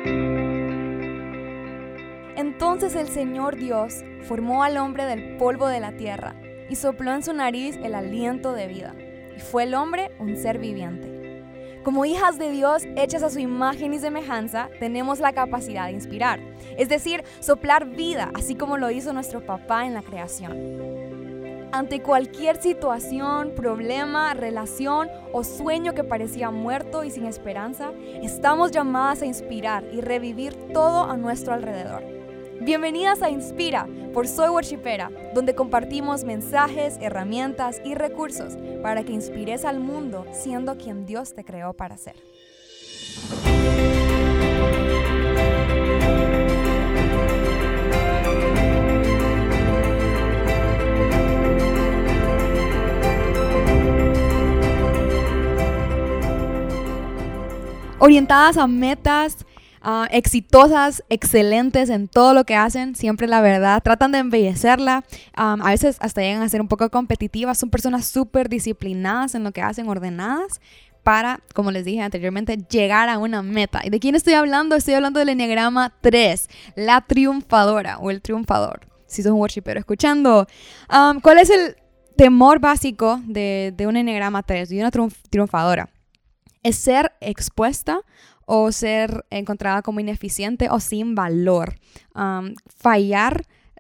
Entonces el Señor Dios formó al hombre del polvo de la tierra y sopló en su nariz el aliento de vida, y fue el hombre un ser viviente. Como hijas de Dios, hechas a su imagen y semejanza, tenemos la capacidad de inspirar, es decir, soplar vida, así como lo hizo nuestro papá en la creación. Ante cualquier situación, problema, relación o sueño que parecía muerto y sin esperanza, estamos llamadas a inspirar y revivir todo a nuestro alrededor. Bienvenidas a Inspira por Soy Worshipera, donde compartimos mensajes, herramientas y recursos para que inspires al mundo siendo quien Dios te creó para ser. Orientadas a metas exitosas, excelentes en todo lo que hacen, siempre la verdad, tratan de embellecerla, a veces hasta llegan a ser un poco competitivas, son personas súper disciplinadas en lo que hacen, ordenadas, para, como les dije anteriormente, llegar a una meta. ¿Y de quién estoy hablando? Estoy hablando del Enneagrama 3, la triunfadora o el triunfador, si sos un worshipero escuchando. ¿Cuál es el temor básico de un Enneagrama 3, de una triunfadora? Es ser expuesta o ser encontrada como ineficiente o sin valor. Fallar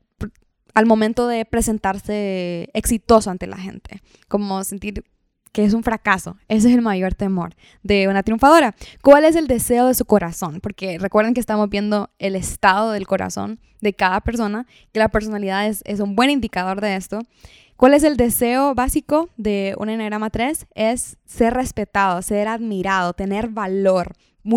al momento de presentarse exitoso ante la gente. Como sentir que es un fracaso. Ese es el mayor temor de una triunfadora. ¿Cuál es el deseo de su corazón? Porque recuerden que estamos viendo el estado del corazón de cada persona, que la personalidad es un buen indicador de esto. ¿Cuál es el deseo básico de un Enneagrama 3? Es ser respetado, ser admirado, tener valor.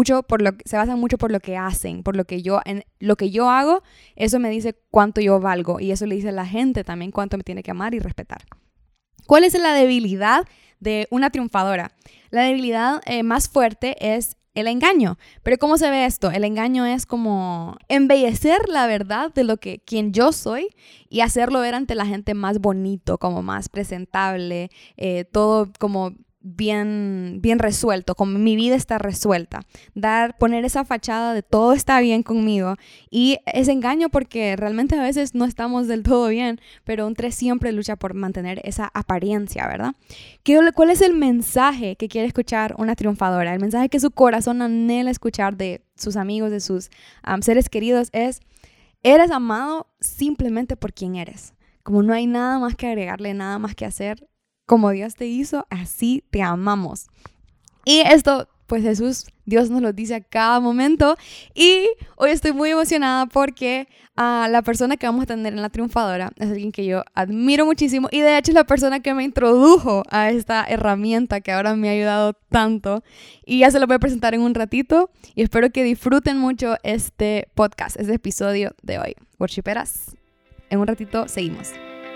Se basan mucho por lo que hacen, por lo que yo hago, eso me dice cuánto yo valgo y eso le dice a la gente también cuánto me tiene que amar y respetar. ¿Cuál es la debilidad de una triunfadora? La debilidad más fuerte es el engaño. Pero ¿cómo se ve esto? El engaño es como embellecer la verdad de quien yo soy y hacerlo ver ante la gente más bonito, como más presentable, todo como bien resuelto, como mi vida está resuelta. Poner esa fachada de todo está bien conmigo y es engaño porque realmente a veces no estamos del todo bien, pero un 3 siempre lucha por mantener esa apariencia, ¿verdad? ¿Cuál es el mensaje que quiere escuchar una triunfadora? El mensaje que su corazón anhela escuchar de sus amigos, de sus seres queridos es: eres amado simplemente por quien eres. Como no hay nada más que agregarle, nada más que hacer. Como Dios te hizo, así te amamos. Y esto, pues Dios nos lo dice a cada momento. Y hoy estoy muy emocionada porque la persona que vamos a tener en la triunfadora es alguien que yo admiro muchísimo. Y de hecho es la persona que me introdujo a esta herramienta que ahora me ha ayudado tanto. Y ya se lo voy a presentar en un ratito. Y espero que disfruten mucho este podcast, este episodio de hoy. Worshiperas, en un ratito seguimos.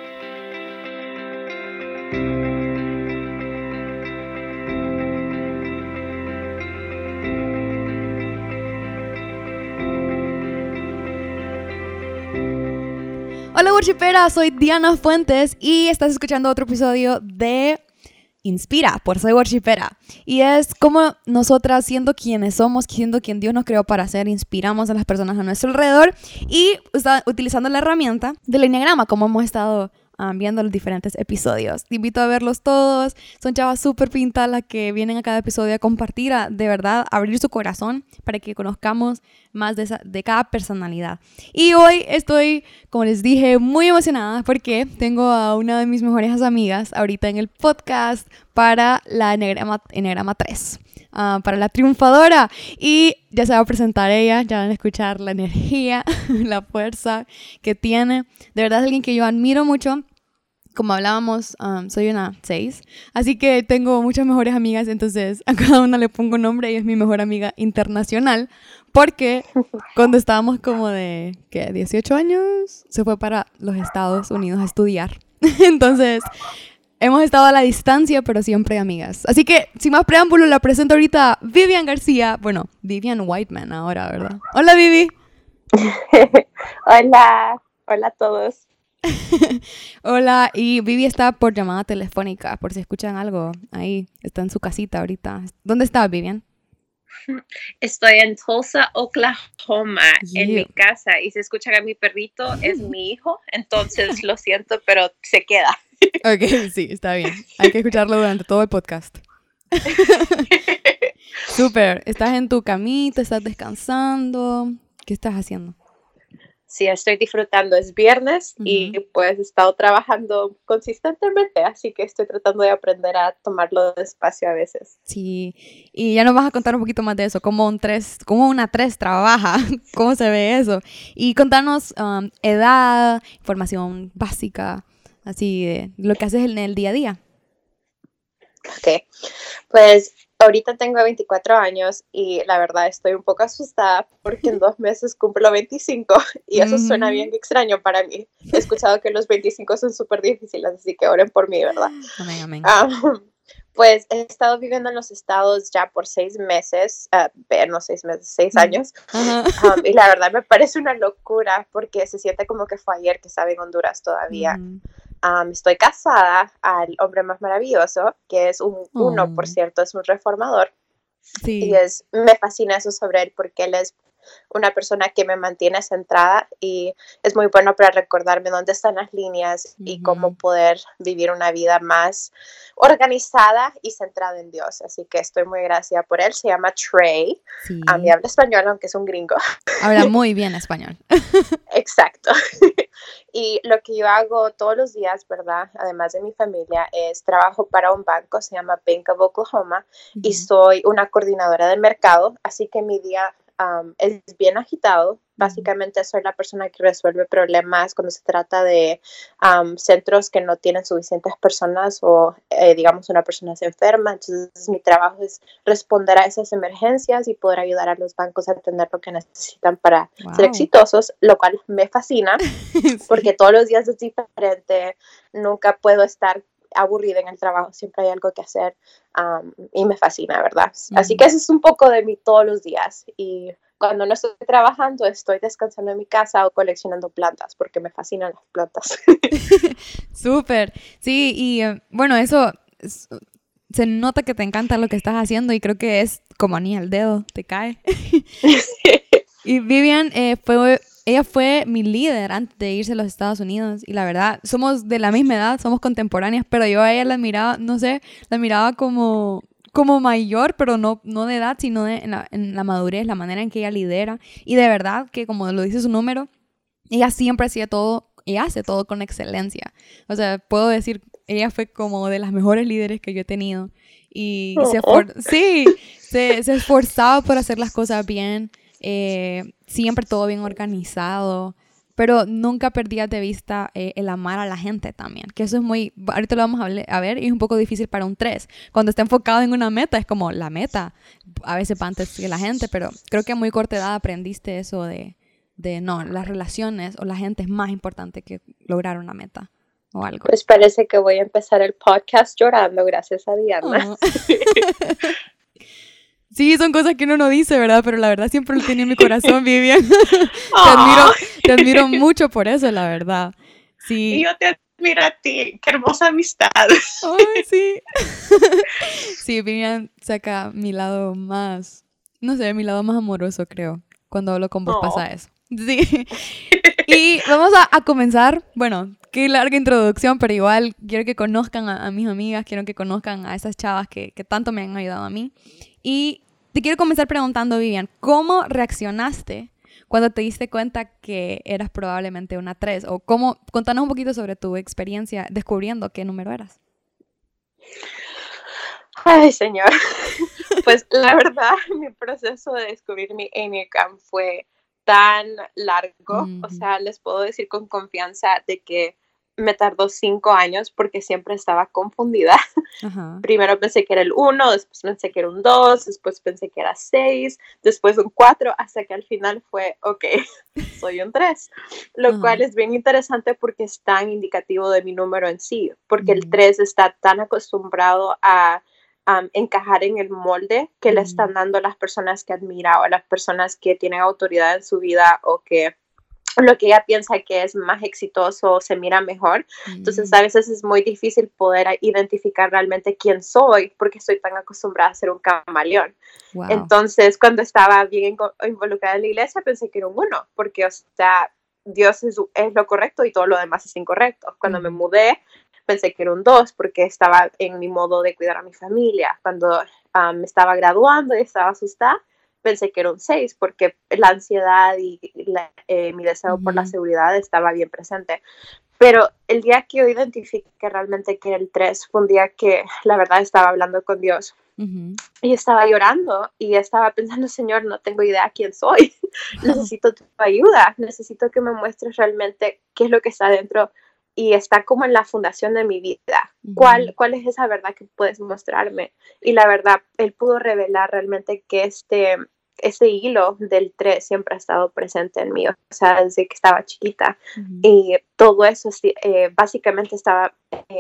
Hola worshipera, soy Diana Fuentes y estás escuchando otro episodio de Inspira por Soy Worshipera. Y es como nosotras, siendo quienes somos, siendo quien Dios nos creó para ser, inspiramos a las personas a nuestro alrededor y utilizando la herramienta del Enneagrama, como hemos estado viendo los diferentes episodios. Te invito a verlos todos. Son chavas súper pintas las que vienen a cada episodio a compartir, de verdad, abrir su corazón para que conozcamos más de cada personalidad. Y hoy estoy, como les dije, muy emocionada porque tengo a una de mis mejores amigas ahorita en el podcast para la Enneagrama 3. Para la triunfadora, y ya se va a presentar ella, ya van a escuchar la energía, la fuerza que tiene. De verdad es alguien que yo admiro mucho. Como hablábamos, soy una 6, así que tengo muchas mejores amigas, entonces a cada una le pongo nombre y es mi mejor amiga internacional, porque cuando estábamos como de 18 años, se fue para los Estados Unidos a estudiar. Entonces hemos estado a la distancia, pero siempre amigas. Así que, sin más preámbulo, la presento ahorita Vivian García. Bueno, Vivian Whiteman ahora, ¿verdad? Hola, Vivi. Hola a todos. Hola, y Vivi está por llamada telefónica, por si escuchan algo ahí. Está en su casita ahorita. ¿Dónde está, Vivian? Estoy en Tulsa, Oklahoma, en mi Yeah. casa, y si escuchan a mi perrito, es mi hijo, entonces lo siento, pero se queda. Ok, sí, está bien. Hay que escucharlo durante todo el podcast. Súper. ¿Estás en tu camita? ¿Estás descansando? ¿Qué estás haciendo? Sí, estoy disfrutando, es viernes y Ujú. pues he estado trabajando consistentemente, así que estoy tratando de aprender a tomarlo despacio a veces. Sí, y ya nos vas a contar un poquito más de eso, cómo una 3 trabaja, cómo se ve eso. Y contanos edad, información básica, así de lo que haces en el día a día. Ok, pues ahorita tengo 24 años y la verdad estoy un poco asustada porque en 2 meses cumplo 25 y eso suena Ujú. bien extraño para mí. He escuchado que los 25 son súper difíciles, así que oren por mí, ¿verdad? Amén, amén. Ah, pues he estado viviendo en los estados ya por 6 meses, no 6 meses, seis Mm. años. Ajá. Y la verdad me parece una locura porque se siente como que fue ayer que estaba en Honduras todavía. Ujú. Estoy casada al hombre más maravilloso, que es uno, por Oh, cierto, es un reformador. Y sí. me fascina eso sobre él porque él es una persona que me mantiene centrada y es muy bueno para recordarme dónde están las líneas y cómo Ujú. poder vivir una vida más organizada y centrada en Dios. Así que estoy muy agradecida por él. Se llama Trey. Y Sí. habla español, aunque es un gringo. Habla muy bien español. Exacto. Y lo que yo hago todos los días, ¿verdad? Además de mi familia, es trabajo para un banco, se llama Bank of Oklahoma, y Ujú. soy una coordinadora de mercado, así que mi día es bien agitado. Ujú. Básicamente soy la persona que resuelve problemas cuando se trata de centros que no tienen suficientes personas o, digamos, una persona se enferma. Entonces, mi trabajo es responder a esas emergencias y poder ayudar a los bancos a entender lo que necesitan para ser Wow. exitosos, lo cual me fascina porque Sí. todos los días es diferente, nunca puedo estar aburrida en el trabajo, siempre hay algo que hacer y me fascina, ¿verdad? Así que Ujú. eso es un poco de mí todos los días y cuando no estoy trabajando estoy descansando en mi casa o coleccionando plantas porque me fascinan las plantas. Súper. Sí, y bueno, se nota que te encanta lo que estás haciendo y creo que es como anillo al dedo, te cae. Y Vivian ella fue mi líder antes de irse a los Estados Unidos y la verdad, somos de la misma edad, somos contemporáneas, pero yo a ella la miraba, no sé, la miraba como mayor, pero no de edad, sino en la madurez, la manera en que ella lidera. Y de verdad que como lo dice su número, ella siempre hacía todo y hace todo con excelencia. O sea, puedo decir, ella fue como de las mejores líderes que yo he tenido. Y Oh, sí, se esforzaba por hacer las cosas bien, siempre todo bien organizado, pero nunca perdía de vista el amar a la gente también, que eso es muy, ahorita lo vamos a ver, y es un poco difícil para un 3. Cuando está enfocado en una meta, es como la meta, a veces va antes que la gente, pero creo que a muy corta edad aprendiste eso de no, las relaciones o la gente es más importante que lograr una meta o algo. pues parece que voy a empezar el podcast llorando gracias a Diana. Oh. Sí, son cosas que uno no dice, ¿verdad? Pero la verdad siempre lo tiene en mi corazón, Vivian. te Oh, admiro, te admiro mucho por eso, la verdad. y Sí. yo te admiro a ti, qué hermosa amistad. Ay, sí. Sí, Vivian saca mi lado más, no sé, mi lado más amoroso, creo. Cuando hablo con vos Oh. pasa eso. Sí. Y vamos a comenzar, bueno, qué larga introducción, pero igual quiero que conozcan a mis amigas, quiero que conozcan a esas chavas que tanto me han ayudado a mí. Y te quiero comenzar preguntando, Vivian, ¿cómo reaccionaste cuando te diste cuenta que eras probablemente una 3? O contanos un poquito sobre tu experiencia descubriendo qué número eras. Ay, señor. Pues la verdad, mi proceso de descubrir mi Enneagram fue tan largo, o Ujú. sea, les puedo decir con confianza de que me tardó 5 años porque siempre estaba confundida. Ajá. Primero pensé que era el 1, después pensé que era un 2, después pensé que era 6, después un 4, hasta que al final fue, ok, soy un 3, lo Ajá. cual es bien interesante porque es tan indicativo de mi número en sí, porque el Ujú. 3 está tan acostumbrado a encajar en el molde que le Ujú. están dando a las personas que admira o a las personas que tienen autoridad en su vida o que lo que ella piensa que es más exitoso se mira mejor. Entonces a veces es muy difícil poder identificar realmente quién soy porque estoy tan acostumbrada a ser un camaleón. Wow. Entonces cuando estaba bien involucrada en la iglesia pensé que era un 1 porque, o sea, Dios es lo correcto y todo lo demás es incorrecto. Cuando me mudé pensé que era un 2 porque estaba en mi modo de cuidar a mi familia. Cuando me estaba graduando y estaba asustada, pensé que era un 6 porque la ansiedad y mi deseo por la seguridad estaba bien presente. Pero el día que yo identifiqué realmente que era el 3 fue un día que la verdad estaba hablando con Dios y estaba llorando y estaba pensando, Señor, no tengo idea quién soy. Necesito tu ayuda, necesito que me muestres realmente qué es lo que está dentro y está como en la fundación de mi vida. ¿Cuál es esa verdad que puedes mostrarme? Y la verdad, Él pudo revelar realmente que ese hilo del 3 siempre ha estado presente en mí, o sea, desde que estaba chiquita. Y todo eso básicamente estaba,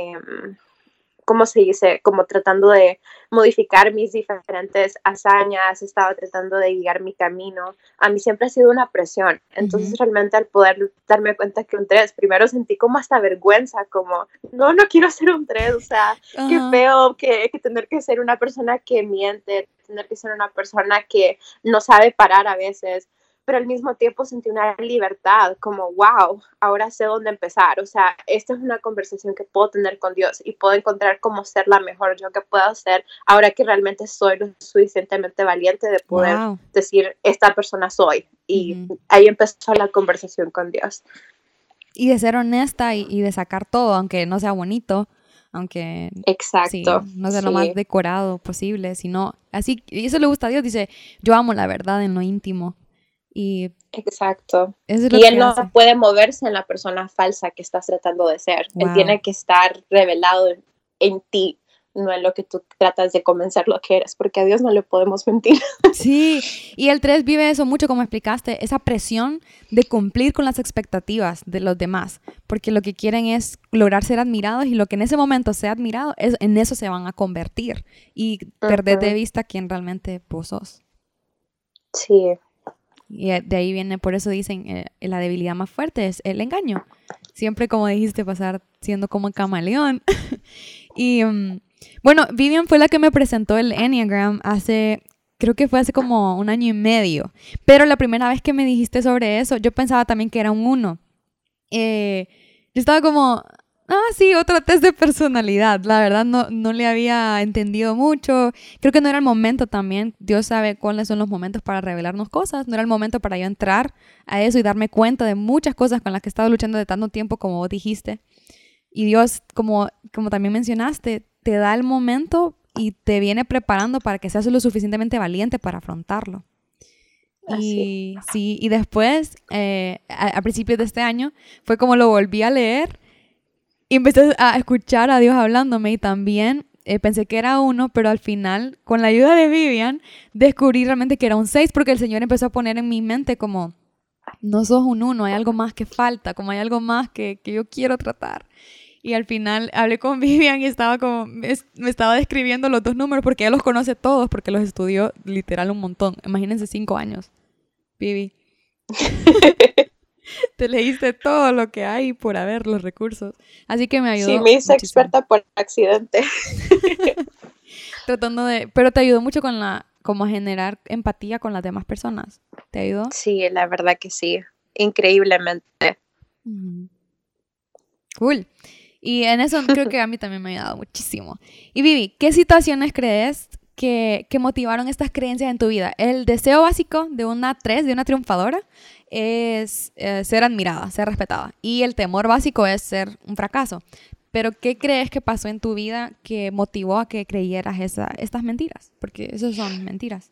¿cómo se dice? Como tratando de modificar mis diferentes hazañas, estaba tratando de guiar mi camino. A mí siempre ha sido una presión. Entonces realmente al poder darme cuenta que un 3, primero sentí como hasta vergüenza, como, no quiero ser un 3, o sea, qué feo que tener que ser una persona que miente, tener que ser una persona que no sabe parar a veces. Pero al mismo tiempo sentí una libertad, como, wow, ahora sé dónde empezar. O sea, esta es una conversación que puedo tener con Dios y puedo encontrar cómo ser la mejor yo que puedo ser ahora que realmente soy lo suficientemente valiente de poder decir, esta persona soy. Y ahí empezó la conversación con Dios. Y de ser honesta y de sacar todo, aunque no sea bonito, aunque exacto, no sea lo más decorado posible, sino así, y eso le gusta a Dios, dice, yo amo la verdad en lo íntimo. Y exacto. Eso es lo y que Él no hace. puede moverse en la persona falsa que estás tratando de ser. Wow. Él tiene que estar revelado en ti, no en lo que tú tratas de convencer lo que eres, porque a Dios no le podemos mentir. Sí, y el 3 vive eso mucho, como explicaste, esa presión de cumplir con las expectativas de los demás, porque lo que quieren es lograr ser admirados y lo que en ese momento sea admirado, en eso se van a convertir y perder de vista quién realmente vos sos. Sí. Y de ahí viene, por eso dicen, la debilidad más fuerte es el engaño. Siempre, como dijiste, pasar siendo como el camaleón. Y bueno, Vivian fue la que me presentó el Enneagram creo que fue hace como 1 año y medio. Pero la primera vez que me dijiste sobre eso, yo pensaba también que era un 1. Yo estaba como, sí, otro test de personalidad. La verdad no le había entendido mucho. Creo que no era el momento también. Dios sabe cuáles son los momentos para revelarnos cosas. No era el momento para yo entrar a eso y darme cuenta de muchas cosas con las que he estado luchando de tanto tiempo como vos dijiste. Y Dios, como también mencionaste, te da el momento y te viene preparando para que seas lo suficientemente valiente para afrontarlo. Y sí, y después, a principios de este año, fue como lo volví a leer y empecé a escuchar a Dios hablándome y también pensé que era 1, pero al final, con la ayuda de Vivian, descubrí realmente que era un 6 porque el Señor empezó a poner en mi mente como, no sos un 1, hay algo más que falta, como hay algo más que yo quiero tratar. Y al final hablé con Vivian y estaba como, me estaba describiendo los 2 números porque ella los conoce todos, porque los estudió literal un montón. Imagínense 5 años, Vivi. Te leíste todo lo que hay por haber, los recursos. Así que me ayudó. Sí, me hice muchísimo. Experta por accidente. Pero te ayudó mucho como a generar empatía con las demás personas. ¿Te ayudó? Sí, la verdad que sí. Increíblemente. Cool. Y en eso creo que a mí también me ha ayudado muchísimo. Y Vivi, ¿qué situaciones crees que motivaron estas creencias en tu vida? El deseo básico de una 3, de una triunfadora, es ser admirada, ser respetada. Y el temor básico es ser un fracaso. Pero ¿qué crees que pasó en tu vida que motivó a que creyeras estas mentiras? Porque esas son mentiras.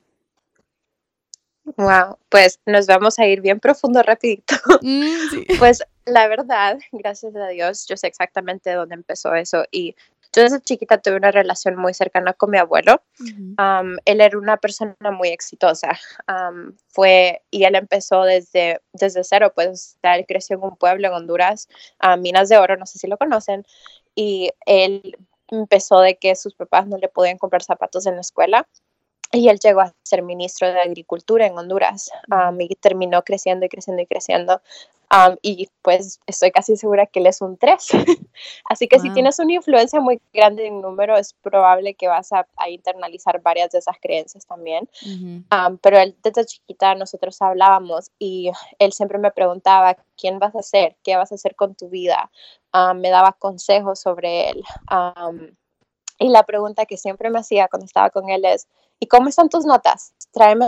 Wow, pues nos vamos a ir bien profundo rapidito. Sí. Pues la verdad, gracias a Dios, yo sé exactamente dónde empezó eso y yo desde chiquita tuve una relación muy cercana con mi abuelo. Él era una persona muy exitosa. Y él empezó desde cero, pues él creció en un pueblo en Honduras, Minas de Oro, no sé si lo conocen, y él empezó de que sus papás no le podían comprar zapatos en la escuela. Y él llegó a ser ministro de Agricultura en Honduras y terminó creciendo y creciendo y creciendo y pues estoy casi segura que él es un 3. Así que si Wow. tienes una influencia muy grande en número, es probable que vas a internalizar varias de esas creencias también. Ujú. Pero él desde chiquita nosotros hablábamos y él siempre me preguntaba, ¿quién vas a ser? ¿Qué vas a hacer con tu vida? Me daba consejos sobre él. Y la pregunta que siempre me hacía cuando estaba con él es, ¿y cómo están tus notas? Tráeme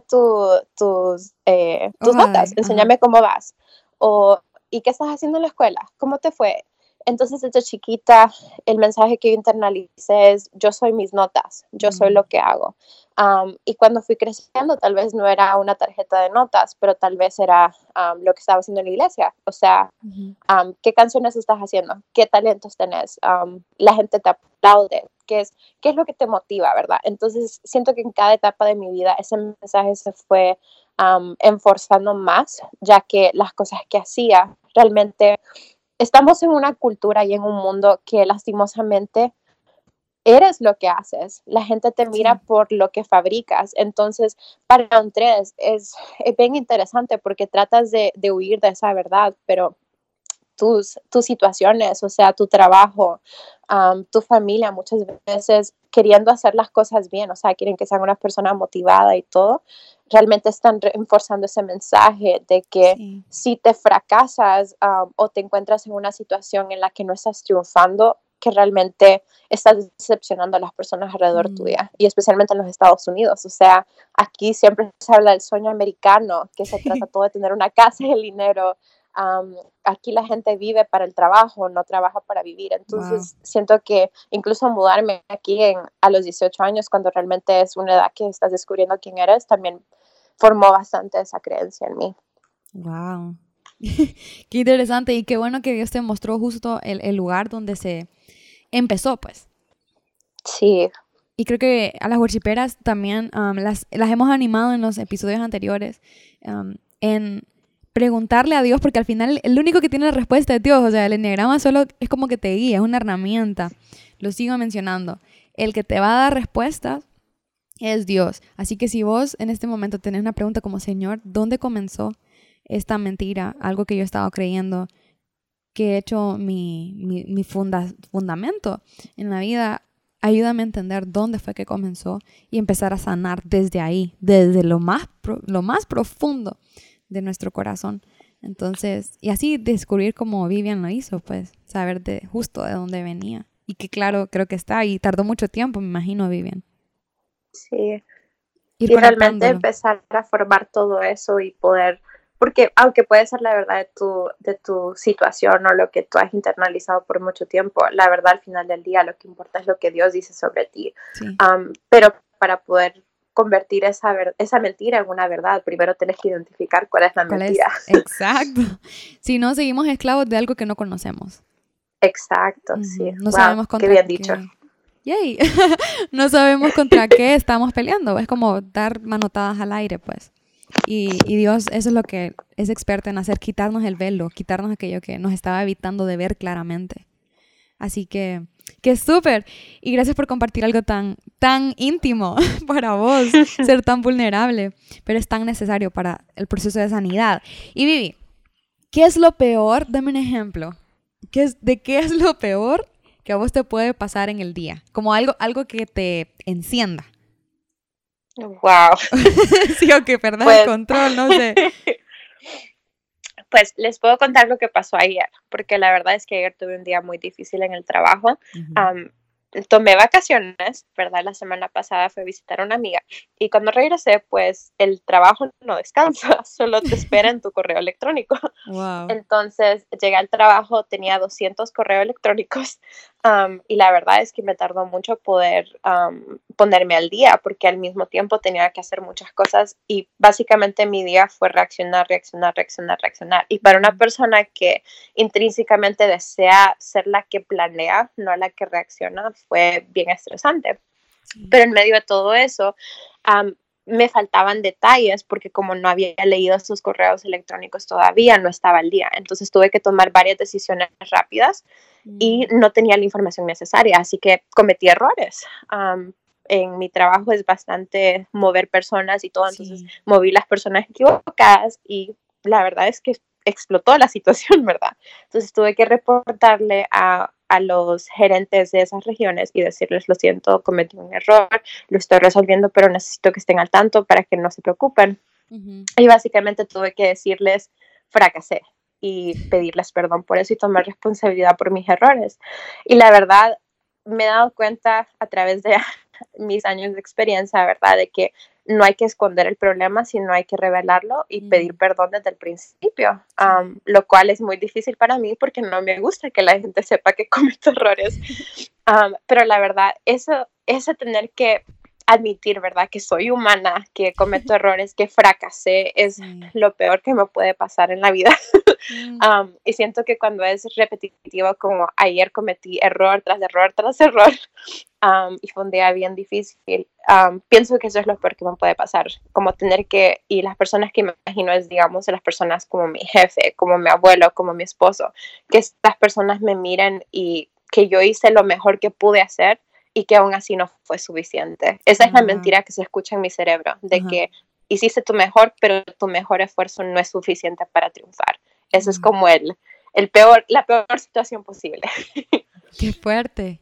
tus notas, Órale, ajá. enséñame cómo vas. O, ¿y qué estás haciendo en la escuela? ¿Cómo te fue? Entonces, desde chiquita, el mensaje que yo internalicé es, yo soy mis notas, yo soy Mm, lo que hago. Y cuando fui creciendo, tal vez no era una tarjeta de notas, pero tal vez era lo que estaba haciendo en la iglesia. O sea, ujú. ¿qué canciones estás haciendo? ¿Qué talentos tenés? La gente te aplaude. ¿Qué es lo que te motiva, verdad? Entonces, siento que en cada etapa de mi vida ese mensaje se fue enforzando más, ya que las cosas que hacía realmente estamos en una cultura y en un mundo que lastimosamente eres lo que haces. La gente te mira Sí. por lo que fabricas. Entonces, para un 3 es bien interesante porque tratas de huir de esa verdad, pero tus situaciones, o sea, tu trabajo, tu familia, muchas veces queriendo hacer las cosas bien, o sea, quieren que sean una persona motivada y todo, realmente están reforzando ese mensaje de que Sí. si te fracasas o te encuentras en una situación en la que no estás triunfando, que realmente estás decepcionando a las personas alrededor Mm. tuya, y especialmente en los Estados Unidos. O sea, aquí siempre se habla del sueño americano, que se trata todo de tener una casa y el dinero. Aquí la gente vive para el trabajo, no trabaja para vivir. Wow. Entonces, siento que incluso mudarme aquí a los 18 años, cuando realmente es una edad que estás descubriendo quién eres, también formó bastante esa creencia en mí. Wow. Qué interesante y qué bueno que Dios te mostró justo el lugar donde se empezó, pues. Sí, Y creo que a las worshiperas también las hemos animado en los episodios anteriores en preguntarle a Dios, porque al final el único que tiene la respuesta es Dios. O sea, el enneagrama solo es como que te guía, es una herramienta. Lo sigo mencionando. El que te va a dar respuestas es Dios. Así que si vos en este momento tenés una pregunta como, Señor, ¿dónde comenzó esta mentira? Algo que yo he estado creyendo, que he hecho mi fundamento en la vida. Ayúdame a entender dónde fue que comenzó y empezar a sanar desde ahí, desde lo más profundo de nuestro corazón. Entonces, y así descubrir cómo Vivian lo hizo, pues, saber justo de dónde venía. Y que claro, creo que está, y tardó mucho tiempo, me imagino, Vivian, sí. ir Y realmente conectándolo. empezar a formar todo eso y poder, porque aunque puede ser la verdad de tu situación o lo que tú has internalizado por mucho tiempo, la verdad al final del día lo que importa es lo que Dios dice sobre ti. Sí. Pero para poder convertir esa mentira en una verdad, primero tienes que identificar cuál es la ¿Cuál es? mentira. Exacto. Si no, seguimos esclavos de algo que no conocemos. Exacto, sí. Ujú. No Wow, sabemos qué contra bien dicho. qué. Yay. No sabemos contra qué estamos peleando. Es como dar manotadas al aire, pues. Y Dios, eso es lo que es experto en hacer, quitarnos el velo, quitarnos aquello que nos estaba evitando de ver claramente. Así que súper. Y gracias por compartir algo tan íntimo para vos, ser tan vulnerable, pero es tan necesario para el proceso de sanidad. Y Vivi, ¿qué es lo peor? Dame un ejemplo. ¿De qué es lo peor que a vos te puede pasar en el día? Como algo que te encienda. Wow. Sí, o que perdas el Pues, control, no sé. pues les puedo contar lo que pasó ayer, porque la verdad es que ayer tuve un día muy difícil en el trabajo. Ujú. Tomé vacaciones, ¿verdad? La semana pasada fui a visitar a una amiga y cuando regresé, pues el trabajo no descansa, solo te espera en tu correo electrónico. Wow. Entonces llegué al trabajo, tenía 200 correos electrónicos y la verdad es que me tardó mucho poder ponerme al día porque al mismo tiempo tenía que hacer muchas cosas y básicamente mi día fue reaccionar, reaccionar, reaccionar, reaccionar. Y para una Ujú. persona que intrínsecamente desea ser la que planea, no la que reacciona, fue bien estresante. Sí. Pero en medio de todo eso, me faltaban detalles porque como no había leído sus correos electrónicos todavía, no estaba al día. Entonces tuve que tomar varias decisiones rápidas y Mm. no tenía la información necesaria, así que cometí errores. En mi trabajo es bastante mover personas y todo, entonces Sí. moví las personas equivocadas y la verdad es que explotó la situación, ¿verdad? Entonces tuve que reportarle a los gerentes de esas regiones y decirles, lo siento, cometí un error, lo estoy resolviendo, pero necesito que estén al tanto para que no se preocupen. Y básicamente tuve que decirles, fracasé y pedirles perdón por eso y tomar responsabilidad por mis errores. Y la verdad, me he dado cuenta a través de mis años de experiencia, ¿verdad? De que no hay que esconder el problema, sino hay que revelarlo y pedir perdón desde el principio, lo cual es muy difícil para mí porque no me gusta que la gente sepa que cometo errores, pero la verdad, eso tener que admitir, ¿verdad? Que soy humana, que cometo errores, que fracasé, es lo peor que me puede pasar en la vida. Y siento que cuando es repetitivo, como ayer cometí error tras error tras error, y fue un día bien difícil, pienso que eso es lo peor que me puede pasar, como tener que, y las personas que me imagino es, digamos, las personas como mi jefe, como mi abuelo, como mi esposo, que estas personas me miren y que yo hice lo mejor que pude hacer y que aún así no fue suficiente. Esa es la mentira que se escucha en mi cerebro, de que hiciste tu mejor, pero tu mejor esfuerzo no es suficiente para triunfar. Eso es como la peor situación posible. Qué fuerte.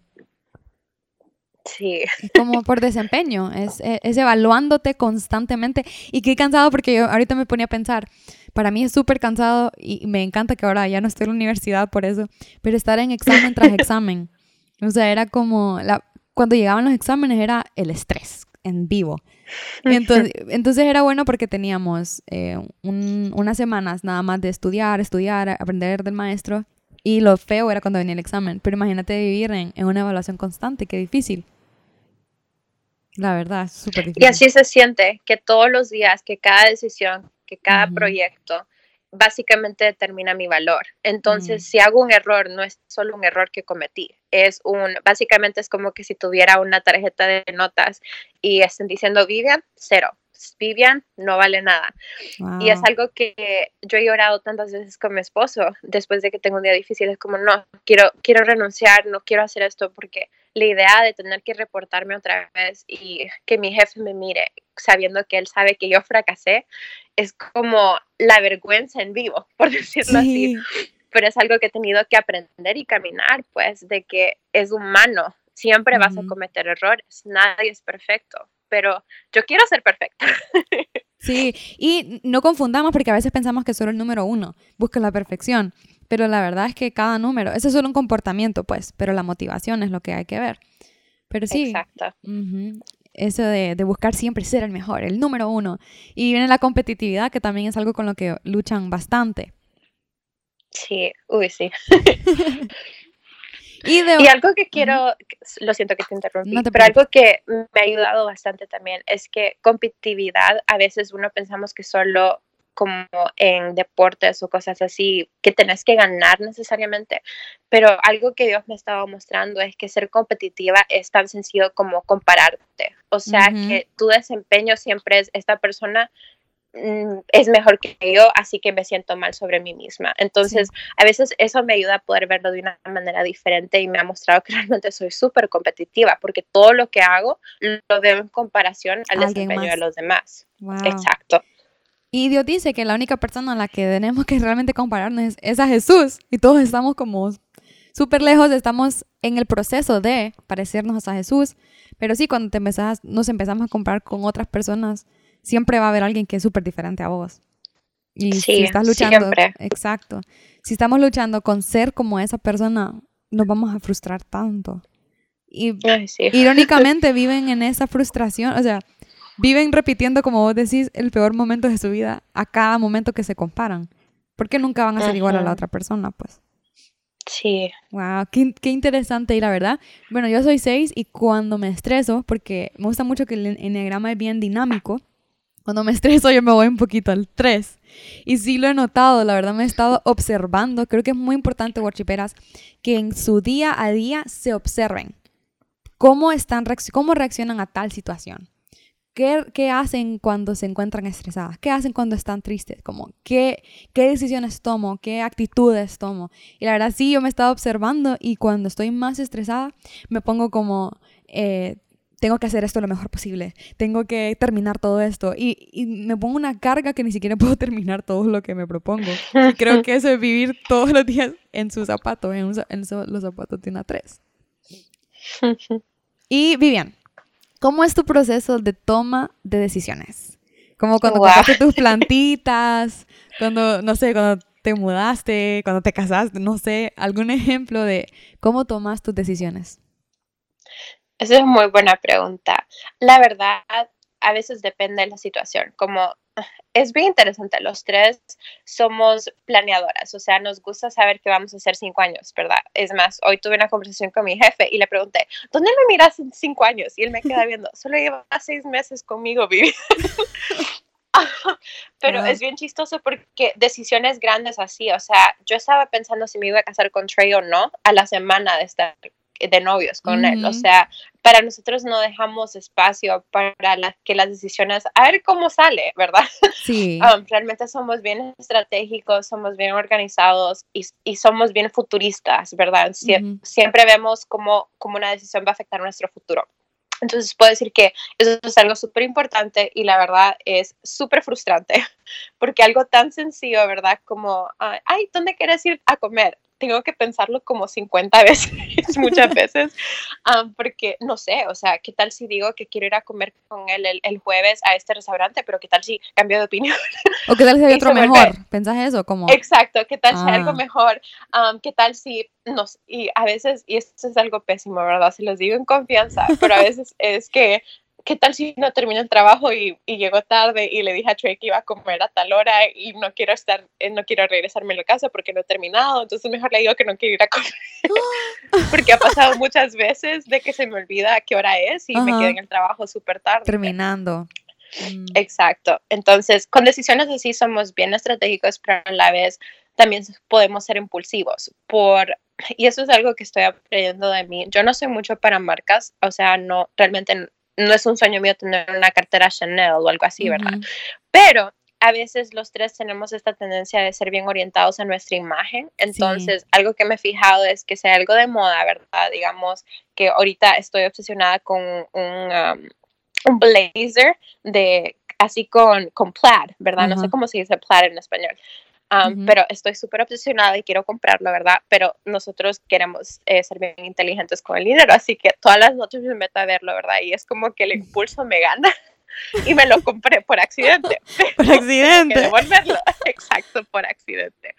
Sí. Es como por desempeño, es evaluándote constantemente. Y qué cansado, porque yo ahorita me ponía a pensar, para mí es súper cansado y me encanta que ahora ya no estoy en la universidad por eso, pero estar en examen tras examen. O sea, era como, cuando llegaban los exámenes era el estrés en vivo. Entonces era bueno porque teníamos unas semanas nada más de estudiar, aprender del maestro. Y lo feo era cuando venía el examen. Pero imagínate vivir en una evaluación constante, qué difícil. La verdad, es súper difícil. Y así se siente, que todos los días, que cada decisión, que cada proyecto, básicamente determina mi valor. Entonces, si hago un error, no es solo un error que cometí. Básicamente es como que si tuviera una tarjeta de notas y estén diciendo Vivian, 0. Vivian no vale nada. Wow. Y es algo que yo he llorado tantas veces con mi esposo después de que tengo un día difícil. Es como, no, quiero renunciar, no quiero hacer esto, porque la idea de tener que reportarme otra vez y que mi jefe me mire sabiendo que él sabe que yo fracasé, es como la vergüenza en vivo, por decirlo así. Pero es algo que he tenido que aprender y caminar, pues, de que es humano. Siempre vas a cometer errores, nadie es perfecto, pero yo quiero ser perfecta. Sí, y no confundamos porque a veces pensamos que solo el número 1 busca la perfección, pero la verdad es que cada número, eso es solo un comportamiento, pues, pero la motivación es lo que hay que ver. Pero sí, exacto. Eso de buscar siempre ser el mejor, el número 1. Y viene la competitividad, que también es algo con lo que luchan bastante. Sí, sí. Y algo que quiero, lo siento que te interrumpí, pero algo que me ha ayudado bastante también es que competitividad, a veces uno pensamos que solo como en deportes o cosas así, que tenés que ganar necesariamente, pero algo que Dios me estaba mostrando es que ser competitiva es tan sencillo como compararte, o sea, que tu desempeño siempre es esta persona es mejor que yo, así que me siento mal sobre mí misma. Entonces, a veces eso me ayuda a poder verlo de una manera diferente y me ha mostrado que realmente soy súper competitiva porque todo lo que hago lo veo en comparación al desempeño de los demás. Wow. Exacto. Y Dios dice que la única persona a la que tenemos que realmente compararnos es a Jesús y todos estamos como súper lejos, estamos en el proceso de parecernos a Jesús, pero sí, cuando nos empezamos a comparar con otras personas, siempre va a haber alguien que es súper diferente a vos. Y sí, si estás luchando, siempre. Exacto. Si estamos luchando con ser como esa persona, nos vamos a frustrar tanto. Y irónicamente viven en esa frustración, o sea, viven repitiendo, como vos decís, el peor momento de su vida a cada momento que se comparan. Porque nunca van a ser igual a la otra persona, pues. Sí. Wow, qué interesante. Y la verdad, bueno, yo soy 6 y cuando me estreso, porque me gusta mucho que el enneagrama es bien dinámico, cuando me estreso yo me voy un poquito al 3. Y sí lo he notado, la verdad me he estado observando. Creo que es muy importante, worshiperas, que en su día a día se observen cómo reaccionan a tal situación. ¿Qué hacen cuando se encuentran estresadas? ¿Qué hacen cuando están tristes? Como, ¿qué decisiones tomo? ¿Qué actitudes tomo? Y la verdad sí, yo me he estado observando y cuando estoy más estresada me pongo como... tengo que hacer esto lo mejor posible, tengo que terminar todo esto y me pongo una carga que ni siquiera puedo terminar todo lo que me propongo. Y creo que eso es vivir todos los días en sus zapatos, los zapatos de una 3. Y Vivian, ¿cómo es tu proceso de toma de decisiones? Como cuando compraste tus plantitas, cuando, no sé, cuando te mudaste, cuando te casaste, no sé, algún ejemplo de cómo tomas tus decisiones. Esa es muy buena pregunta. La verdad, a veces depende de la situación. Como es bien interesante, los tres somos planeadoras, o sea, nos gusta saber qué vamos a hacer 5 años, ¿verdad? Es más, hoy tuve una conversación con mi jefe y le pregunté, ¿dónde me miras en 5 años? Y él me queda viendo, solo lleva 6 meses conmigo, Vivi. Pero es bien chistoso porque decisiones grandes así, o sea, yo estaba pensando si me iba a casar con Trey o no a la semana de estar de novios con él, o sea, para nosotros no dejamos espacio para que las decisiones, a ver cómo sale, ¿verdad? Sí. Realmente somos bien estratégicos, somos bien organizados y somos bien futuristas, ¿verdad? Siempre vemos cómo una decisión va a afectar nuestro futuro. Entonces puedo decir que eso es algo súper importante y la verdad es súper frustrante porque algo tan sencillo, ¿verdad? Como, ay, ¿dónde quieres ir a comer? Tengo que pensarlo como 50 veces, muchas veces, porque no sé, o sea, ¿qué tal si digo que quiero ir a comer con él el jueves a este restaurante, pero qué tal si cambio de opinión? ¿O qué tal si hay otro mejor? ¿Pensás eso? Como... Exacto, ¿qué tal si hay algo mejor? ¿Qué tal si nos... Y a veces, y esto es algo pésimo, ¿verdad? Se los digo en confianza, pero a veces es que ¿qué tal si no termino el trabajo y llego tarde y le dije a Trey que iba a comer a tal hora y no quiero regresarme a la casa porque no he terminado? Entonces mejor le digo que no quiero ir a comer. Porque ha pasado muchas veces de que se me olvida a qué hora es y me quedo en el trabajo súper tarde. Terminando. Exacto. Entonces, con decisiones así somos bien estratégicos, pero a la vez también podemos ser impulsivos. Y eso es algo que estoy aprendiendo de mí. Yo no soy mucho para marcas, o sea, no, realmente no es un sueño mío tener una cartera Chanel o algo así, ¿verdad? Pero a veces los tres tenemos esta tendencia de ser bien orientados a nuestra imagen. Entonces, algo que me he fijado es que sea algo de moda, ¿verdad? Digamos que ahorita estoy obsesionada con un blazer así con plaid, ¿verdad? No sé cómo se dice plaid en español. Pero estoy súper obsesionada y quiero comprarlo, ¿verdad? Pero nosotros queremos ser bien inteligentes con el dinero, así que todas las noches me meto a verlo, ¿verdad? Y es como que el impulso me gana y me lo compré por accidente. Por accidente. Tengo que devolverlo. Exacto, por accidente.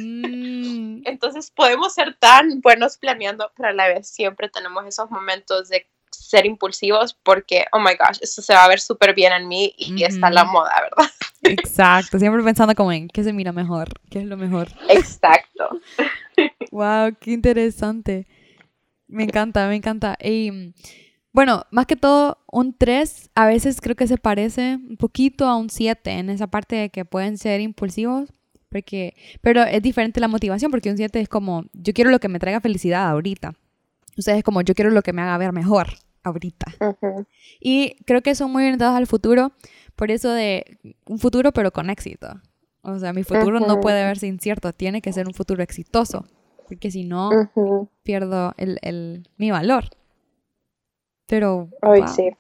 Entonces podemos ser tan buenos planeando, pero a la vez siempre tenemos esos momentos de ser impulsivos porque, oh my gosh, esto se va a ver súper bien en mí y está la moda, ¿verdad? Exacto, siempre pensando como en qué se mira mejor, qué es lo mejor. Exacto. Wow, qué interesante. Me encanta, me encanta. Y, bueno, más que todo, un 3 a veces creo que se parece un poquito a un 7 en esa parte de que pueden ser impulsivos, pero es diferente la motivación porque un 7 es como, yo quiero lo que me traiga felicidad ahorita. Ustedes es como, yo quiero lo que me haga ver mejor ahorita. Y creo que son muy orientados al futuro, por eso de un futuro pero con éxito. O sea, mi futuro no puede verse incierto, tiene que ser un futuro exitoso, porque si no, pierdo mi valor. Pero, Ay, wow. sí.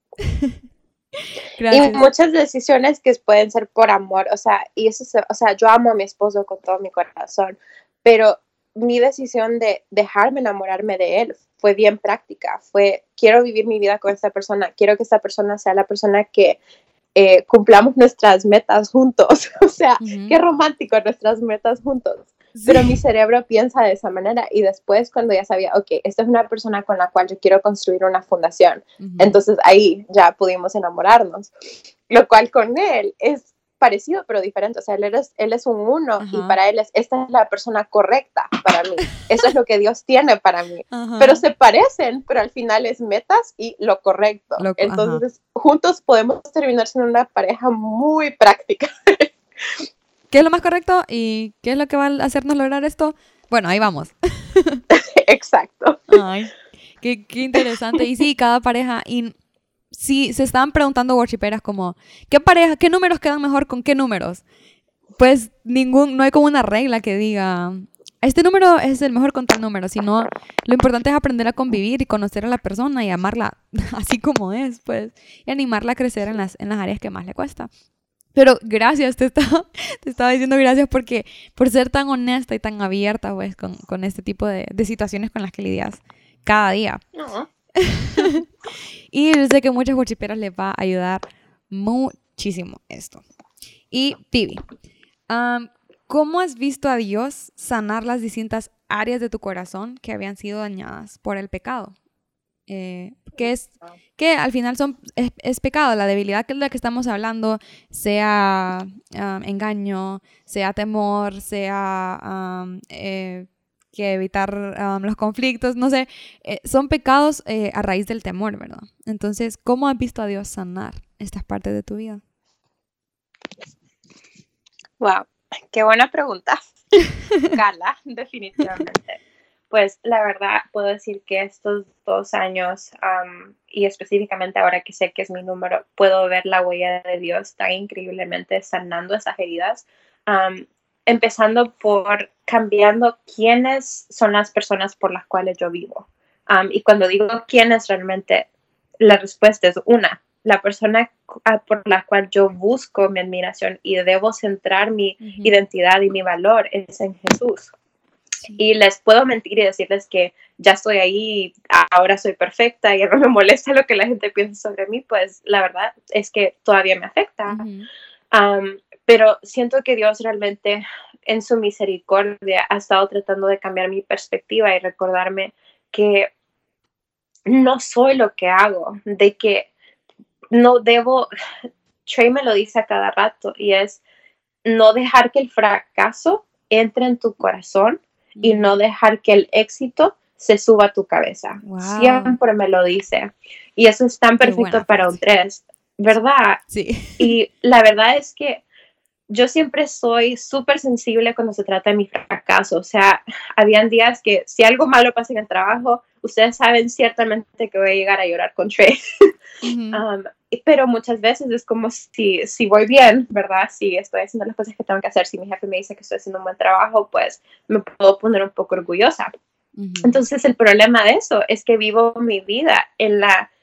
Gracias. Y muchas decisiones que pueden ser por amor, o sea, yo amo a mi esposo con todo mi corazón, pero mi decisión de dejarme enamorarme de él fue bien práctica, quiero vivir mi vida con esta persona, quiero que esta persona sea la persona que cumplamos nuestras metas juntos, o sea, qué romántico nuestras metas juntos. Sí. Pero mi cerebro piensa de esa manera y después cuando ya sabía, ok, esta es una persona con la cual yo quiero construir una fundación, entonces ahí ya pudimos enamorarnos, lo cual con él es parecido pero diferente, o sea, él es un 1 y para él esta es la persona correcta para mí, eso es lo que Dios tiene para mí, pero se parecen, pero al final es metas y lo correcto, entonces juntos podemos terminar siendo una pareja muy práctica. ¿Qué es lo más correcto y qué es lo que va a hacernos lograr esto? Bueno, ahí vamos. Exacto. Ay, qué interesante. Y sí, cada pareja... Y sí, se estaban preguntando worshiperas como, ¿qué números quedan mejor con qué números? pues no hay como una regla que diga, este número es el mejor contra el número, sino lo importante es aprender a convivir y conocer a la persona y amarla así como es, pues, y animarla a crecer en las áreas que más le cuesta. Pero gracias, te estaba diciendo gracias por ser tan honesta y tan abierta, pues, con este tipo de situaciones con las que lidias cada día. No. Y yo sé que muchas guachiperas les va a ayudar muchísimo esto. Y Pibi, ¿cómo has visto a Dios sanar las distintas áreas de tu corazón que habían sido dañadas por el pecado? Que al final es pecado, la debilidad que es la que estamos hablando, sea engaño, sea temor, sea que evitar los conflictos, no sé, son pecados a raíz del temor, ¿verdad? Entonces, ¿cómo has visto a Dios sanar estas partes de tu vida? Wow, qué buena pregunta. Gala, definitivamente. Pues la verdad puedo decir que estos 2 años y específicamente ahora que sé que es mi número, puedo ver la huella de Dios tan increíblemente sanando esas heridas, empezando por cambiando quiénes son las personas por las cuales yo vivo. Y cuando digo quiénes, realmente la respuesta es una. La persona por la cual yo busco mi admiración y debo centrar mi identidad y mi valor es en Jesús. Sí. Y les puedo mentir y decirles que ya estoy ahí, ahora soy perfecta y no me molesta lo que la gente piensa sobre mí, pues la verdad es que todavía me afecta. Pero siento que Dios realmente en su misericordia ha estado tratando de cambiar mi perspectiva y recordarme que no soy lo que hago, de que no debo, Trey me lo dice a cada rato, y es no dejar que el fracaso entre en tu corazón y no dejar que el éxito se suba a tu cabeza. Wow. Siempre me lo dice. Y eso es tan perfecto para un 3, ¿verdad? Sí. Y la verdad es que yo siempre soy súper sensible cuando se trata de mi fracaso. O sea, habían días que si algo malo pasa en el trabajo, ustedes saben ciertamente que voy a llegar a llorar con Trey. Pero muchas veces es como si voy bien, ¿verdad? Si estoy haciendo las cosas que tengo que hacer, si mi jefe me dice que estoy haciendo un buen trabajo, pues me puedo poner un poco orgullosa. Entonces el problema de eso es que vivo mi vida en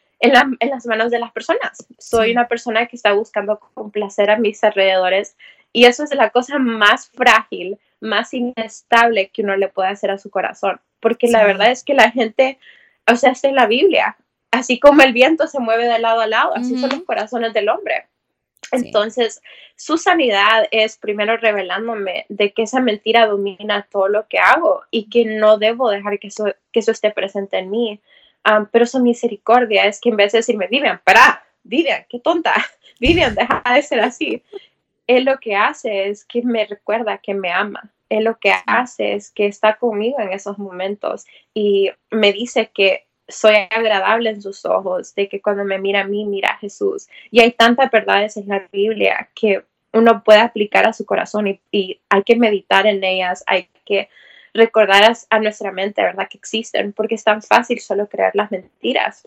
las manos de las personas. Soy una persona que está buscando complacer a mis alrededores y eso es la cosa más frágil, más inestable que uno le puede hacer a su corazón. Porque la verdad es que la gente, o sea, está en la Biblia, así como el viento se mueve de lado a lado, así son los corazones del hombre. Entonces, su sanidad es primero revelándome de que esa mentira domina todo lo que hago y que no debo dejar que eso esté presente en mí. Pero su misericordia es que en vez de decirme, Vivian, qué tonta, Vivian, deja de ser así. Él lo que hace es que me recuerda que me ama. Él lo que hace es que está conmigo en esos momentos y me dice que soy agradable en sus ojos, de que cuando me mira a mí, mira a Jesús. Y hay tantas verdades en la Biblia que uno puede aplicar a su corazón y hay que meditar en ellas, hay que recordar a nuestra mente, ¿verdad?, que existen, porque es tan fácil solo creer las mentiras.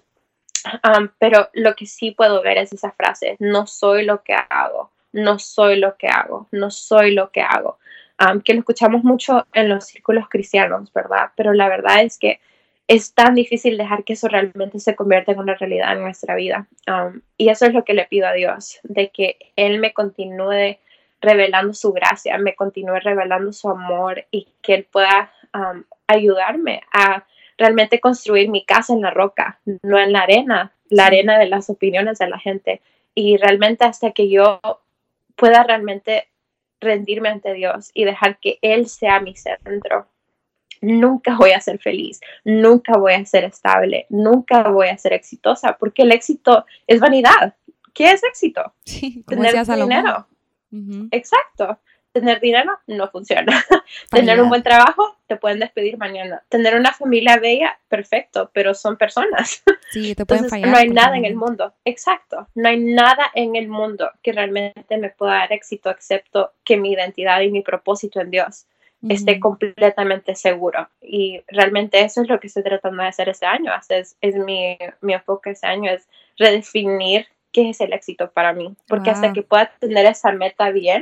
Pero lo que sí puedo ver es esa frase, no soy lo que hago, no soy lo que hago, no soy lo que hago. Que lo escuchamos mucho en los círculos cristianos, ¿verdad? Pero la verdad es que es tan difícil dejar que eso realmente se convierta en una realidad en nuestra vida. Y eso es lo que le pido a Dios, de que Él me continúe revelando su gracia, me continúe revelando su amor y que Él pueda ayudarme a realmente construir mi casa en la roca, no en la arena de las opiniones de la gente. Y realmente hasta que yo pueda realmente rendirme ante Dios y dejar que Él sea mi centro, nunca voy a ser feliz, nunca voy a ser estable, nunca voy a ser exitosa, porque el éxito es vanidad. ¿Qué es éxito? Sí, tener dinero. Exacto. Tener dinero no funciona. Tener un buen trabajo, te pueden despedir mañana. Tener una familia bella, perfecto, pero son personas. Sí, te pueden fallar. No hay nada en el mundo. Exacto. No hay nada en el mundo que realmente me pueda dar éxito, excepto que mi identidad y mi propósito en Dios esté completamente seguro. Y realmente eso es lo que estoy tratando de hacer este año. Es mi enfoque este año, es redefinir qué es el éxito para mí. Porque hasta que pueda tener esa meta bien,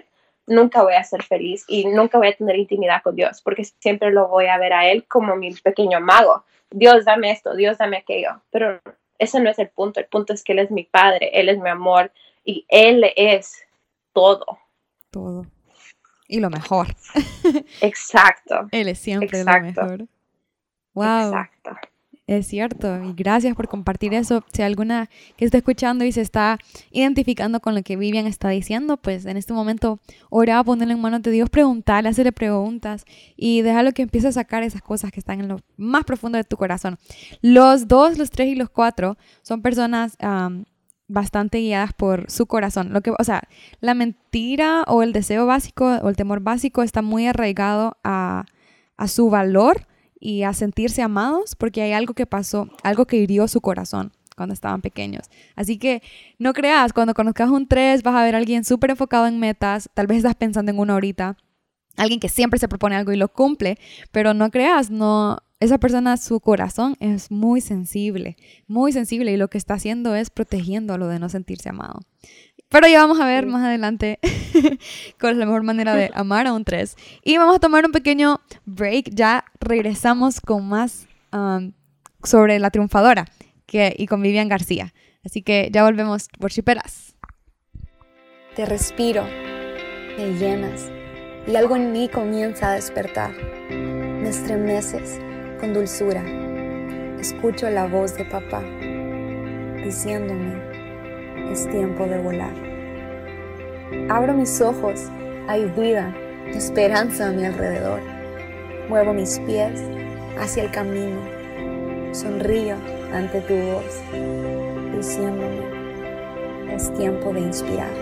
nunca voy a ser feliz y nunca voy a tener intimidad con Dios, porque siempre lo voy a ver a Él como mi pequeño mago. Dios, dame esto, Dios, dame aquello. Pero ese no es el punto. El punto es que Él es mi Padre, Él es mi amor y Él es todo. Todo. Y lo mejor. Exacto. Él es siempre Exacto. lo mejor. Wow. Exacto. Es cierto, y gracias por compartir eso. Si alguna que esté escuchando y se está identificando con lo que Vivian está diciendo, pues en este momento ora, ponerle en manos de Dios, preguntarle, hacerle preguntas y dejarlo que empiece a sacar esas cosas que están en lo más profundo de tu corazón. Los 2, los 3 y los 4 son personas bastante guiadas por su corazón. O sea, la mentira o el deseo básico o el temor básico está muy arraigado a su valor y a sentirse amados, porque hay algo que pasó, algo que hirió su corazón cuando estaban pequeños. Así que no creas, cuando conozcas un 3 vas a ver a alguien súper enfocado en metas, tal vez estás pensando en uno ahorita, alguien que siempre se propone algo y lo cumple, pero no creas, esa persona, su corazón es muy sensible y lo que está haciendo es protegiéndolo de no sentirse amado. Pero ya vamos a ver más adelante cuál es la mejor manera de amar a un 3. Y vamos a tomar un pequeño break. Ya regresamos con más sobre La Triunfadora y con Vivian García. Así que ya volvemos, worshiperas. Te respiro, me llenas y algo en mí comienza a despertar. Me estremeces con dulzura. Escucho la voz de papá diciéndome: es tiempo de volar. Abro mis ojos, hay vida, esperanza a mi alrededor. Muevo mis pies hacia el camino. Sonrío ante tu voz, diciéndome: es tiempo de inspirar.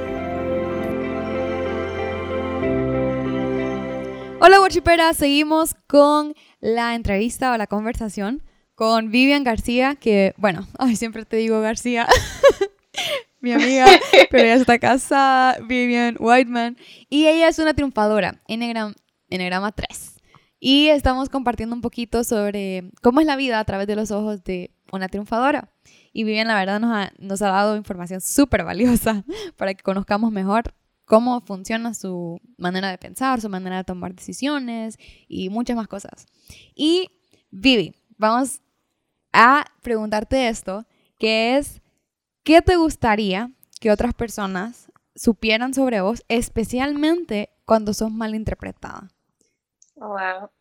Hola, worshiperas, seguimos con la entrevista o la conversación con Vivian García, que, bueno, siempre te digo García, mi amiga, pero ella está casada, Vivian Whiteman, y ella es una triunfadora, Enneagrama 3. Y estamos compartiendo un poquito sobre cómo es la vida a través de los ojos de una triunfadora. Y Vivian, la verdad, nos ha dado información súper valiosa para que conozcamos mejor cómo funciona su manera de pensar, su manera de tomar decisiones y muchas más cosas. Y Vivi, vamos a preguntarte esto, que es, ¿qué te gustaría que otras personas supieran sobre vos, especialmente cuando sos malinterpretada? Wow.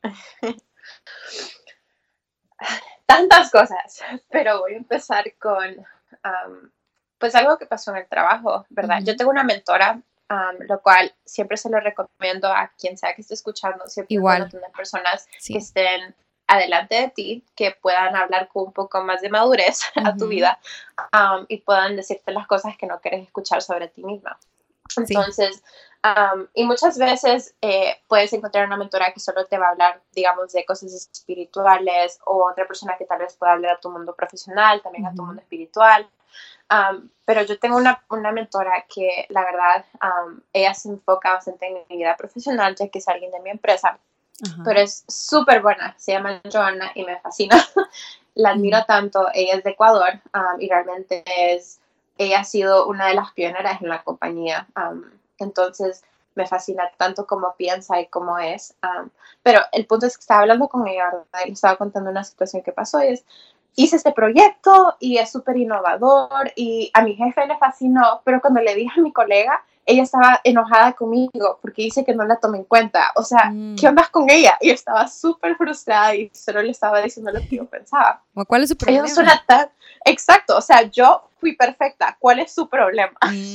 Tantas cosas, pero voy a empezar con pues algo que pasó en el trabajo, ¿verdad? Yo tengo una mentora, lo cual siempre se lo recomiendo a quien sea que esté escuchando. Siempre es bueno tener personas que estén adelante de ti, que puedan hablar con un poco más de madurez a tu vida y puedan decirte las cosas que no quieres escuchar sobre ti misma. Entonces, y muchas veces puedes encontrar una mentora que solo te va a hablar, digamos, de cosas espirituales, o otra persona que tal vez pueda hablar a tu mundo profesional, también a tu mundo espiritual. Pero yo tengo una mentora que, la verdad, ella se enfoca bastante en mi vida profesional, ya que es alguien de mi empresa. Pero es súper buena, se llama Joana y me fascina. La admiro tanto, ella es de Ecuador y realmente ella ha sido una de las pioneras en la compañía. Entonces me fascina tanto cómo piensa y cómo es. Pero el punto es que estaba hablando con ella, ¿verdad? Y le estaba contando una situación que pasó y hice este proyecto y es súper innovador y a mi jefe le fascinó, pero cuando le dije a mi colega, ella estaba enojada conmigo porque dice que no la tomé en cuenta. O sea, ¿qué onda con ella? Y yo estaba súper frustrada y solo le estaba diciendo lo que yo pensaba. ¿Cuál es su problema? Ella suena tan... Exacto, o sea, yo fui perfecta. ¿Cuál es su problema?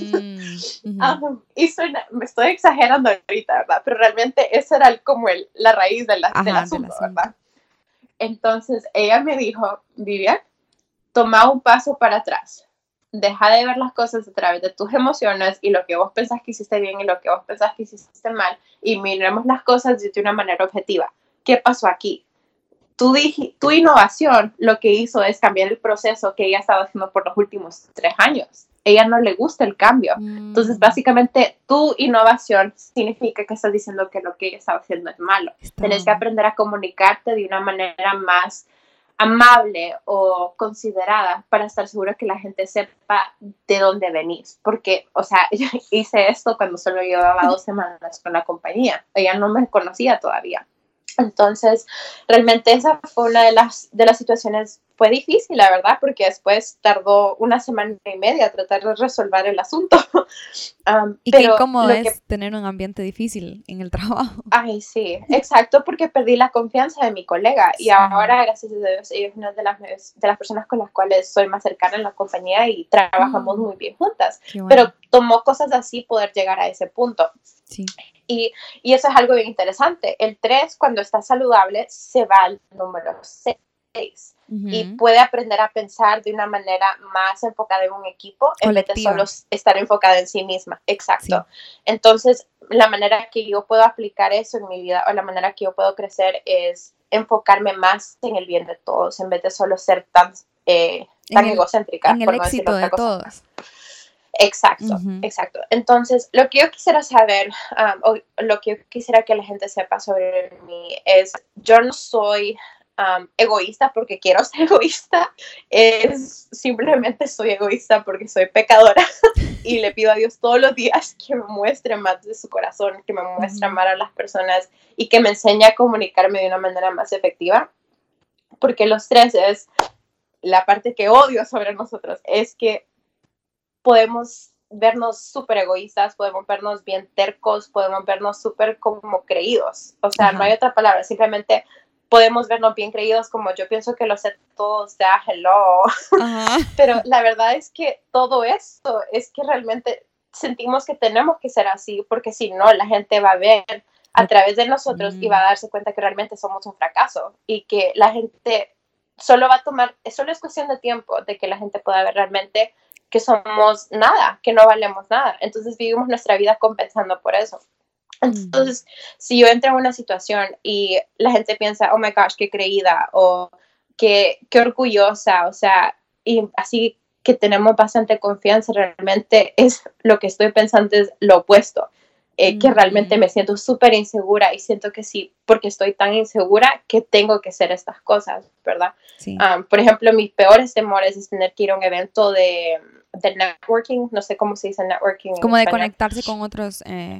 Y me estoy exagerando ahorita, ¿verdad? Pero realmente esa era como la raíz del asunto, ¿verdad? Entonces, ella me dijo: Vivian, toma un paso para atrás. Deja de ver las cosas a través de tus emociones y lo que vos pensás que hiciste bien y lo que vos pensás que hiciste mal, y miremos las cosas de una manera objetiva. ¿Qué pasó aquí? Tu innovación lo que hizo es cambiar el proceso que ella estaba haciendo por los últimos 3 años. Ella no le gusta el cambio. Entonces, básicamente, tu innovación significa que estás diciendo que lo que ella estaba haciendo es malo. Tienes que aprender a comunicarte de una manera más amable o considerada para estar segura que la gente sepa de dónde venís. Porque, o sea, yo hice esto cuando solo llevaba 2 semanas con la compañía. Ella no me conocía todavía. Entonces, realmente esa fue una de las situaciones, fue difícil, la verdad, porque después tardó 1 semana y media tratar de resolver el asunto. Y qué incómodo es tener un ambiente difícil en el trabajo. Ay, sí, exacto, porque perdí la confianza de mi colega y ahora, gracias a Dios, ella es una de las personas con las cuales soy más cercana en la compañía y trabajamos muy bien juntas. Bueno. Pero tomó cosas así poder llegar a ese punto. Sí. Y eso es algo bien interesante. El 3, cuando está saludable, se va al número 6. Y puede aprender a pensar de una manera más enfocada en un equipo en vez de solo estar enfocada en sí misma. Exacto. Sí. Entonces, la manera que yo puedo aplicar eso en mi vida o la manera que yo puedo crecer es enfocarme más en el bien de todos en vez de solo ser tan egocéntrica. En el éxito de todos. Exacto, exacto. Entonces, lo que yo quisiera saber, o lo que yo quisiera que la gente sepa sobre mí es, yo no soy egoísta porque quiero ser egoísta, simplemente soy egoísta porque soy pecadora y le pido a Dios todos los días que me muestre más de su corazón, que me muestre amar a las personas y que me enseñe a comunicarme de una manera más efectiva, porque los 3 es la parte que odio sobre nosotros, es que podemos vernos súper egoístas, podemos vernos bien tercos, podemos vernos súper como creídos, o sea, no hay otra palabra, simplemente podemos vernos bien creídos como yo pienso que lo sé todo, o sea, hello. Pero la verdad es que todo esto es que realmente sentimos que tenemos que ser así, porque si no, la gente va a ver a través de nosotros y va a darse cuenta que realmente somos un fracaso y que la gente solo es cuestión de tiempo de que la gente pueda ver realmente que somos nada, que no valemos nada. Entonces vivimos nuestra vida compensando por eso. Entonces, si yo entro en una situación y la gente piensa, oh my gosh, qué creída, o qué orgullosa, o sea, y así que tenemos bastante confianza, realmente es lo que estoy pensando es lo opuesto, que realmente me siento súper insegura y siento que sí, porque estoy tan insegura que tengo que hacer estas cosas, ¿verdad? Sí. Por ejemplo, mis peores temores es tener que ir a un evento de networking, no sé cómo se dice networking. Como de conectarse con otros...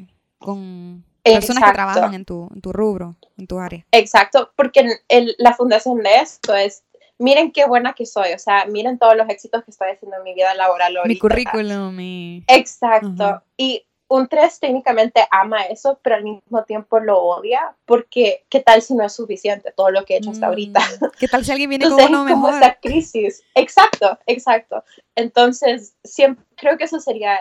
con personas que trabajan en tu rubro, en tu área. Exacto, porque la fundación de esto es, miren qué buena que soy, o sea, miren todos los éxitos que estoy haciendo en mi vida laboral ahorita. Mi currículum, Exacto, y un 3 técnicamente ama eso, pero al mismo tiempo lo odia, porque ¿qué tal si no es suficiente todo lo que he hecho hasta ahorita? ¿Qué tal si alguien viene Entonces, con uno mejor? Como esa crisis, exacto. Entonces, siempre creo que eso sería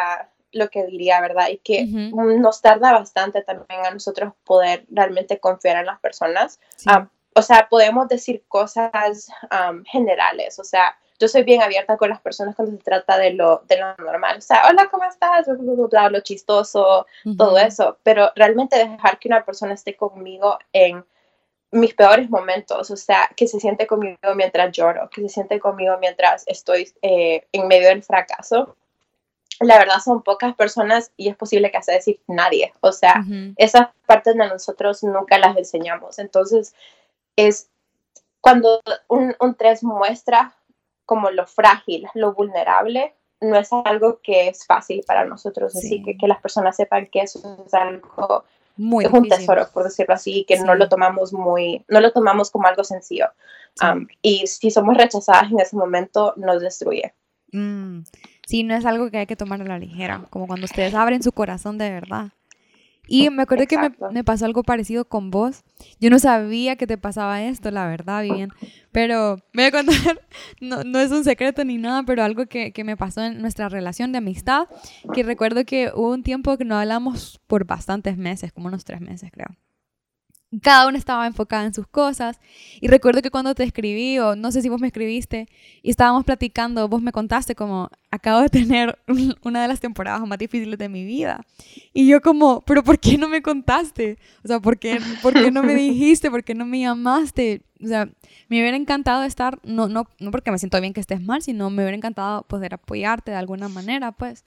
lo que diría, ¿verdad? Y que nos tarda bastante también a nosotros poder realmente confiar en las personas. Sí. O sea, podemos decir cosas generales, o sea, yo soy bien abierta con las personas cuando se trata de lo normal, o sea, hola, ¿cómo estás? Lo chistoso, todo eso, pero realmente dejar que una persona esté conmigo en mis peores momentos, o sea, que se siente conmigo mientras lloro, que se siente conmigo mientras estoy en medio del fracaso, la verdad son pocas personas y es posible que hasta decir nadie, o sea, esas partes de nosotros nunca las enseñamos, entonces es cuando un 3 muestra como lo frágil, lo vulnerable, no es algo que es fácil para nosotros, así que las personas sepan que eso es algo, muy es un tesoro, por decirlo así, que no lo tomamos como algo sencillo, y si somos rechazadas en ese momento, nos destruye. Sí, no es algo que hay que tomar a la ligera, como cuando ustedes abren su corazón de verdad. Y me acuerdo que me pasó algo parecido con vos. Yo no sabía que te pasaba esto, la verdad, Vivian. Pero me voy a contar, no es un secreto ni nada, pero algo que me pasó en nuestra relación de amistad, que recuerdo que hubo un tiempo que no hablamos por bastantes meses, como unos 3 meses, creo. Cada uno estaba enfocada en sus cosas y recuerdo que cuando te escribí, o no sé si vos me escribiste y estábamos platicando, vos me contaste como acabo de tener una de las temporadas más difíciles de mi vida y yo como, pero ¿por qué no me contaste? O sea, ¿por qué no me dijiste? ¿Por qué no me llamaste? O sea, me hubiera encantado estar, no porque me siento bien que estés mal, sino me hubiera encantado poder apoyarte de alguna manera, pues.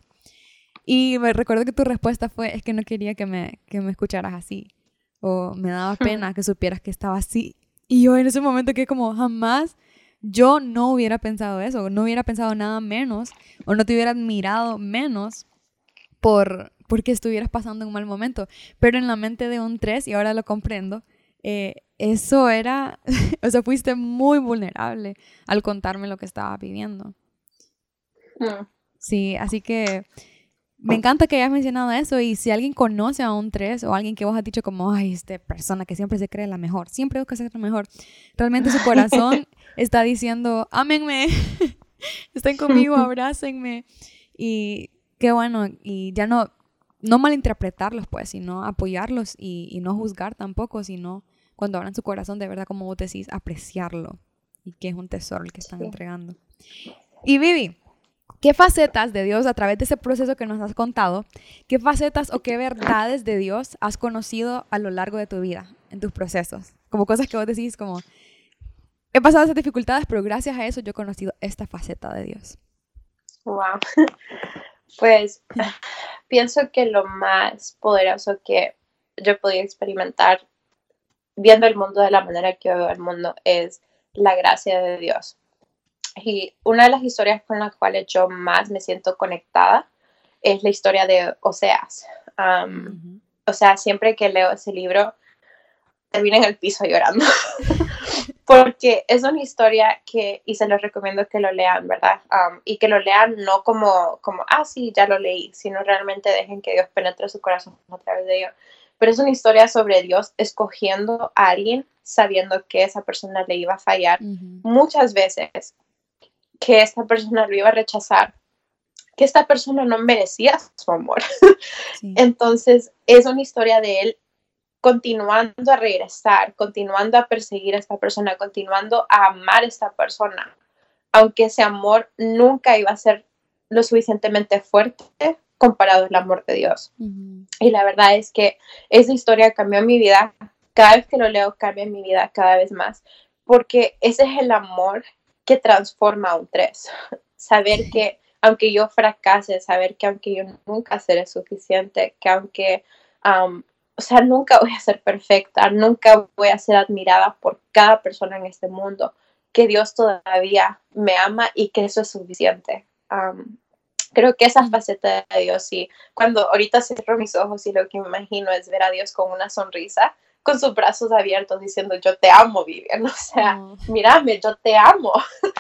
Y me recuerdo que tu respuesta fue, es que no quería que me escucharas así. O me daba pena que supieras que estaba así. Y yo en ese momento que como jamás yo no hubiera pensado eso, no hubiera pensado nada menos o no te hubiera admirado menos porque estuvieras pasando un mal momento. Pero en la mente de un 3, y ahora lo comprendo, eso era, o sea, fuiste muy vulnerable al contarme lo que estaba viviendo. Sí, así que me encanta que hayas mencionado eso, y si alguien conoce a un 3 o alguien que vos has dicho como, ay, esta persona que siempre se cree la mejor, siempre busca ser la mejor, realmente su corazón está diciendo, ámenme, estén conmigo, abrácenme, y qué bueno, y ya no malinterpretarlos pues, sino apoyarlos y no juzgar tampoco, sino cuando abran su corazón de verdad, como vos decís, apreciarlo, y que es un tesoro el que están entregando. Y Vivi, ¿qué facetas de Dios a través de ese proceso que nos has contado, qué facetas o qué verdades de Dios has conocido a lo largo de tu vida, en tus procesos? Como cosas que vos decís como, he pasado esas dificultades, pero gracias a eso yo he conocido esta faceta de Dios. Wow. Pues pienso que lo más poderoso que yo he podido experimentar viendo el mundo de la manera que veo el mundo es la gracia de Dios. Y una de las historias con las cuales yo más me siento conectada es la historia de Oseas. O sea, siempre que leo ese libro, termino en el piso llorando. Porque es una historia que, y se los recomiendo que lo lean, ¿verdad? Y que lo lean no como, sí, ya lo leí, sino realmente dejen que Dios penetre su corazón a través de ello. Pero es una historia sobre Dios escogiendo a alguien sabiendo que esa persona le iba a fallar muchas veces, que esta persona lo iba a rechazar, que esta persona no merecía su amor. Sí. Entonces, es una historia de él continuando a regresar, continuando a perseguir a esta persona, continuando a amar a esta persona, aunque ese amor nunca iba a ser lo suficientemente fuerte comparado al amor de Dios. Y la verdad es que esa historia cambió mi vida. Cada vez que lo leo, cambia mi vida cada vez más, porque ese es el amor que transforma a un 3. Saber que aunque yo fracase, saber que aunque yo nunca seré suficiente, que aunque, nunca voy a ser perfecta, nunca voy a ser admirada por cada persona en este mundo, que Dios todavía me ama y que eso es suficiente. Creo que esa faceta de Dios, sí, cuando ahorita cierro mis ojos y lo que me imagino es ver a Dios con una sonrisa, con sus brazos abiertos diciendo, yo te amo, Vivian, o sea, mírame, yo te amo.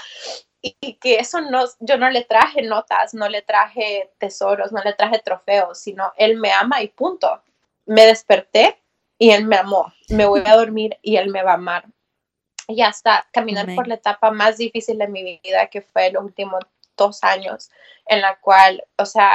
Y que eso yo no le traje notas, no le traje tesoros, no le traje trofeos, sino Él me ama y punto. Me desperté y Él me amó. Me voy a dormir y Él me va a amar. Y hasta caminar por la etapa más difícil de mi vida, que fue los últimos 2 años, en la cual,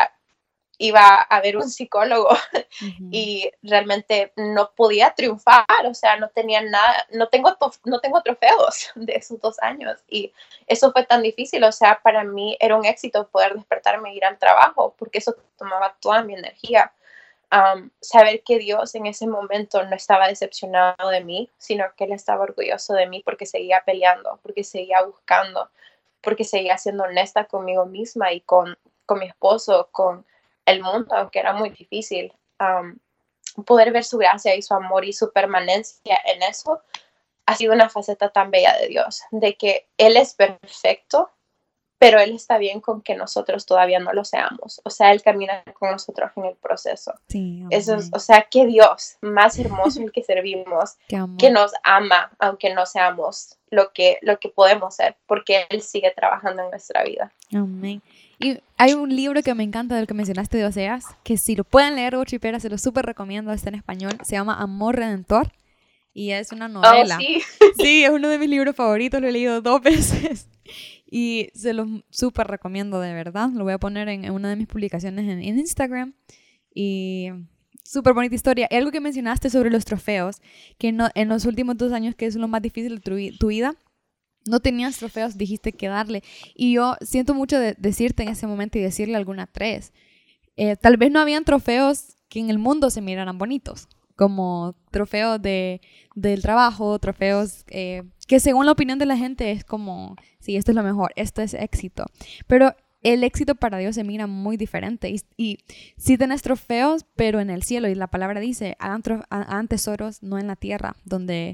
iba a ver un psicólogo y realmente no podía triunfar, no tenía nada, no tengo trofeos de esos 2 años, y eso fue tan difícil. Para mí era un éxito poder despertarme e ir al trabajo, porque eso tomaba toda mi energía. Saber que Dios en ese momento no estaba decepcionado de mí, sino que Él estaba orgulloso de mí porque seguía peleando, porque seguía buscando, porque seguía siendo honesta conmigo misma y con mi esposo, con el mundo, aunque era muy difícil. Poder ver su gracia y su amor y su permanencia en eso ha sido una faceta tan bella de Dios, de que Él es perfecto, pero Él está bien con que nosotros todavía no lo seamos. Él camina con nosotros en el proceso. Sí, eso es, qué Dios más hermoso el que servimos, que nos ama, aunque no seamos lo que podemos ser, porque Él sigue trabajando en nuestra vida. Amén. Y hay un libro que me encanta del que mencionaste de Oseas, que si lo pueden leer, Gochipera, se lo súper recomiendo, está en español, se llama Amor Redentor, y es una novela. Oh, sí. Sí, es uno de mis libros favoritos, lo he leído 2 veces. Y se lo súper recomiendo, de verdad. Lo voy a poner en una de mis publicaciones en Instagram. Y súper bonita historia. Y algo que mencionaste sobre los trofeos, que en los últimos 2 años, que es lo más difícil de tu vida, no tenías trofeos, dijiste que darle. Y yo siento mucho de decirte en ese momento y decirle a alguna 3. Tal vez no habían trofeos que en el mundo se miraran bonitos, como trofeos del trabajo, trofeos que según la opinión de la gente es como, sí, esto es lo mejor, esto es éxito. Pero el éxito para Dios se mira muy diferente. Y sí tenés trofeos, pero en el cielo. Y la palabra dice, hagan tesoros no en la tierra, donde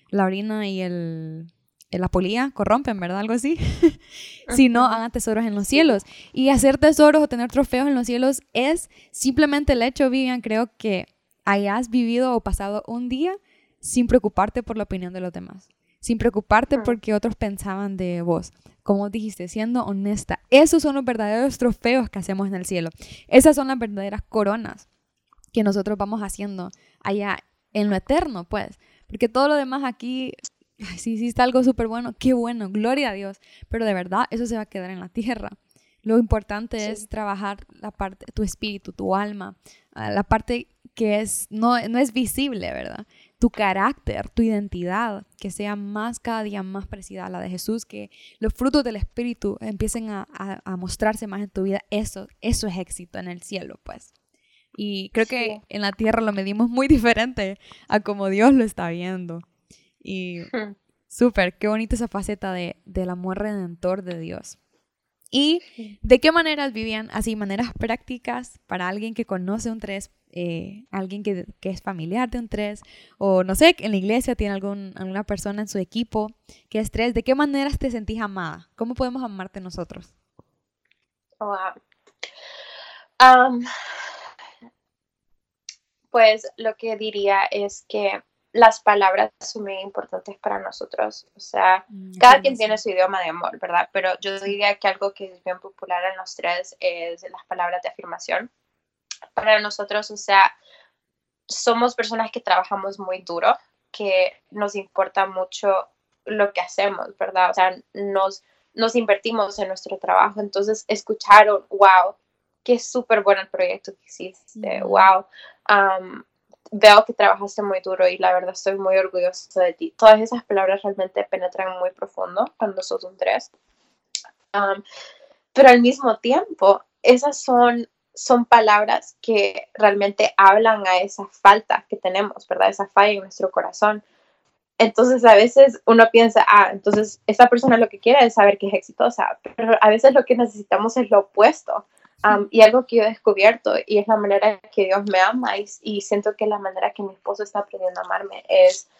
la orina y la polilla corrompen, ¿verdad? Algo así. Si no, hagan tesoros en los cielos. Y hacer tesoros o tener trofeos en los cielos es simplemente el hecho, Vivian, creo que hayas vivido o pasado un día sin preocuparte por la opinión de los demás. Sin preocuparte por qué otros pensaban de vos. Como dijiste, siendo honesta. Esos son los verdaderos trofeos que hacemos en el cielo. Esas son las verdaderas coronas que nosotros vamos haciendo allá en lo eterno, pues. Porque todo lo demás aquí, sí está algo súper bueno, qué bueno, gloria a Dios. Pero de verdad, eso se va a quedar en la tierra. Lo importante es trabajar la parte, tu espíritu, tu alma, la parte que no es visible, ¿verdad? Tu carácter, tu identidad, que sea cada día más parecida a la de Jesús, que los frutos del Espíritu empiecen a mostrarse más en tu vida. Eso es éxito en el cielo, pues. Y creo que en la tierra lo medimos muy diferente a como Dios lo está viendo. Y súper, qué bonita esa faceta del amor redentor de Dios. ¿Y de qué maneras vivían así, maneras prácticas para alguien que conoce un 3, alguien que es familiar de un 3, o no sé, en la iglesia tiene alguna persona en su equipo que es 3? ¿De qué maneras te sentís amada? ¿Cómo podemos amarte nosotros? Wow. Pues lo que diría es que las palabras son muy importantes para nosotros. O sea, cada quien tiene su idioma de amor, ¿verdad? Pero yo diría que algo que es bien popular en los 3 es las palabras de afirmación. Para nosotros, o sea, somos personas que trabajamos muy duro, que nos importa mucho lo que hacemos, ¿verdad? O sea, nos invertimos en nuestro trabajo. Entonces, escucharon, wow, qué súper bueno el proyecto que hiciste, wow. Veo que trabajaste muy duro y la verdad estoy muy orgullosa de ti. Todas esas palabras realmente penetran muy profundo cuando sos un 3. Pero al mismo tiempo, esas son palabras que realmente hablan a esa falta que tenemos, ¿verdad? Esa falla en nuestro corazón. Entonces a veces uno piensa, entonces esta persona lo que quiere es saber que es exitosa, pero a veces lo que necesitamos es lo opuesto. Y algo que yo he descubierto, y es la manera que Dios me ama, y siento que la manera que mi esposo está aprendiendo a amarme es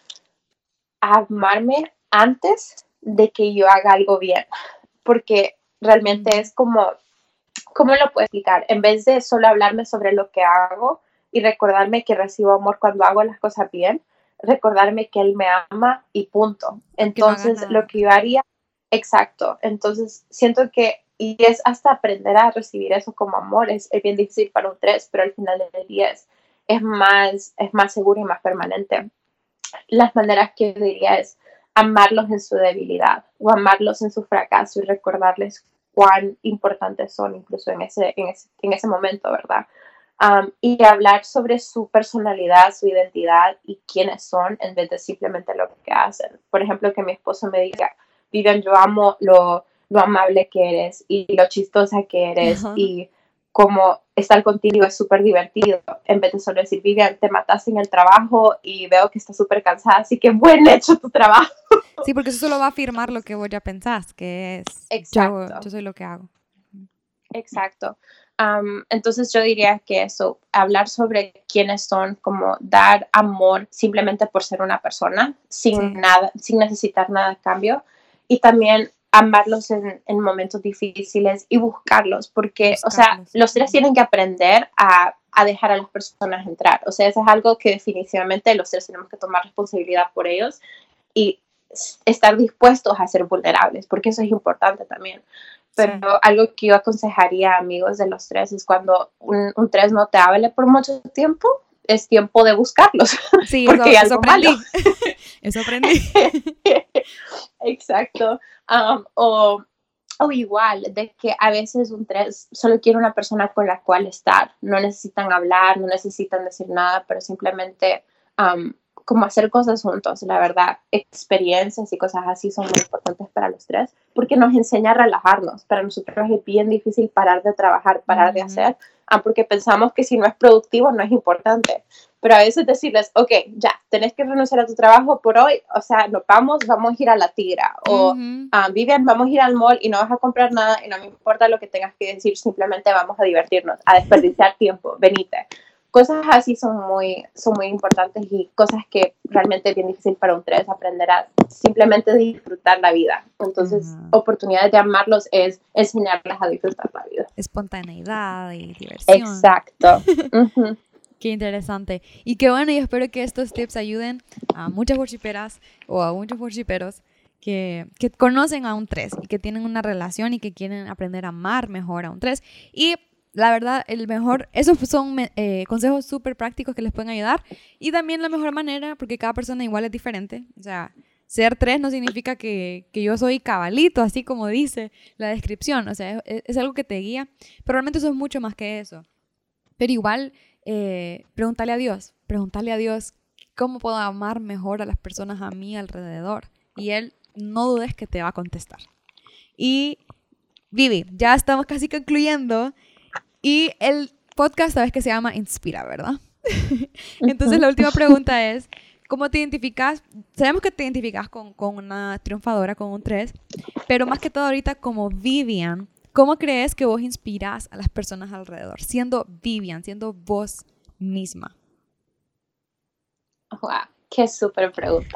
amarme antes de que yo haga algo bien, porque realmente es como, ¿cómo lo puedo explicar? En vez de solo hablarme sobre lo que hago y recordarme que recibo amor cuando hago las cosas bien, recordarme que Él me ama y punto. Entonces, lo que yo haría, exacto, entonces siento que, y es hasta aprender a recibir eso como amor, es bien difícil para un 3, pero al final del día es más seguro y más permanente. Las maneras que yo diría es amarlos en su debilidad o amarlos en su fracaso y recordarles cuán importantes son incluso en ese momento, ¿verdad? Y hablar sobre su personalidad, su identidad y quiénes son en vez de simplemente lo que hacen. Por ejemplo, que mi esposo me diga, Vivian, yo amo lo amable que eres y lo chistosa que eres y como estar contigo es súper divertido, en vez de solo decir, Vivian, te mataste en el trabajo y veo que estás súper cansada, así que buen hecho tu trabajo. Sí, porque eso solo va a afirmar lo que vos ya pensás, que es exacto. Yo soy lo que hago. Exacto. Entonces yo diría que eso, hablar sobre quiénes son, como dar amor simplemente por ser una persona, sin necesitar nada a cambio, y también amarlos en momentos difíciles y buscarlos, porque, o sea, los 3 tienen que aprender a dejar a las personas entrar. O sea, eso es algo que definitivamente los 3 tenemos que tomar responsabilidad por ellos y estar dispuestos a ser vulnerables, porque eso es importante también. Pero algo que yo aconsejaría a amigos de los 3 es cuando un 3 no te hable por mucho tiempo, es tiempo de buscarlos. Sí, porque eso aprendí. Eso aprendí. Exacto. O igual, de que a veces un 3 solo quiere una persona con la cual estar. No necesitan hablar, no necesitan decir nada, pero simplemente como hacer cosas juntos, la verdad. Experiencias y cosas así son muy importantes para los 3, porque nos enseña a relajarnos. Para nosotros es bien difícil parar de trabajar, parar de hacer, porque pensamos que si no es productivo no es importante. Pero a veces decirles, ok, ya, tenés que renunciar a tu trabajo por hoy, o sea, vamos a ir a la Tigra, o Vivian, vamos a ir al mall y no vas a comprar nada y no me importa lo que tengas que decir, simplemente vamos a divertirnos, a desperdiciar tiempo, venite. cosas así son muy importantes y cosas que realmente es bien difícil para un 3 aprender a simplemente disfrutar la vida. Entonces, oportunidades de amarlos es enseñarles a disfrutar la vida. Espontaneidad y diversión. Exacto. Uh-huh. Qué interesante. Y qué bueno, y espero que estos tips ayuden a muchas worshiperas o a muchos worshiperos que conocen a un 3 y que tienen una relación y que quieren aprender a amar mejor a un 3. Y la verdad, esos son consejos súper prácticos que les pueden ayudar. Y también la mejor manera, porque cada persona igual es diferente. O sea, ser 3 no significa que yo soy cabalito, así como dice la descripción. O sea, es algo que te guía. Pero realmente eso es mucho más que eso. Pero igual, pregúntale a Dios cómo puedo amar mejor a las personas a mi alrededor. Y Él, no dudes que te va a contestar. Y Vivi, ya estamos casi concluyendo. Y el podcast, sabes que se llama Inspira, ¿verdad? Entonces la última pregunta es, ¿cómo te identificas? Sabemos que te identificas con una triunfadora, con un 3, pero más que todo ahorita como Vivian, ¿cómo crees que vos inspirás a las personas alrededor? Siendo Vivian, siendo vos misma. Wow, qué súper pregunta.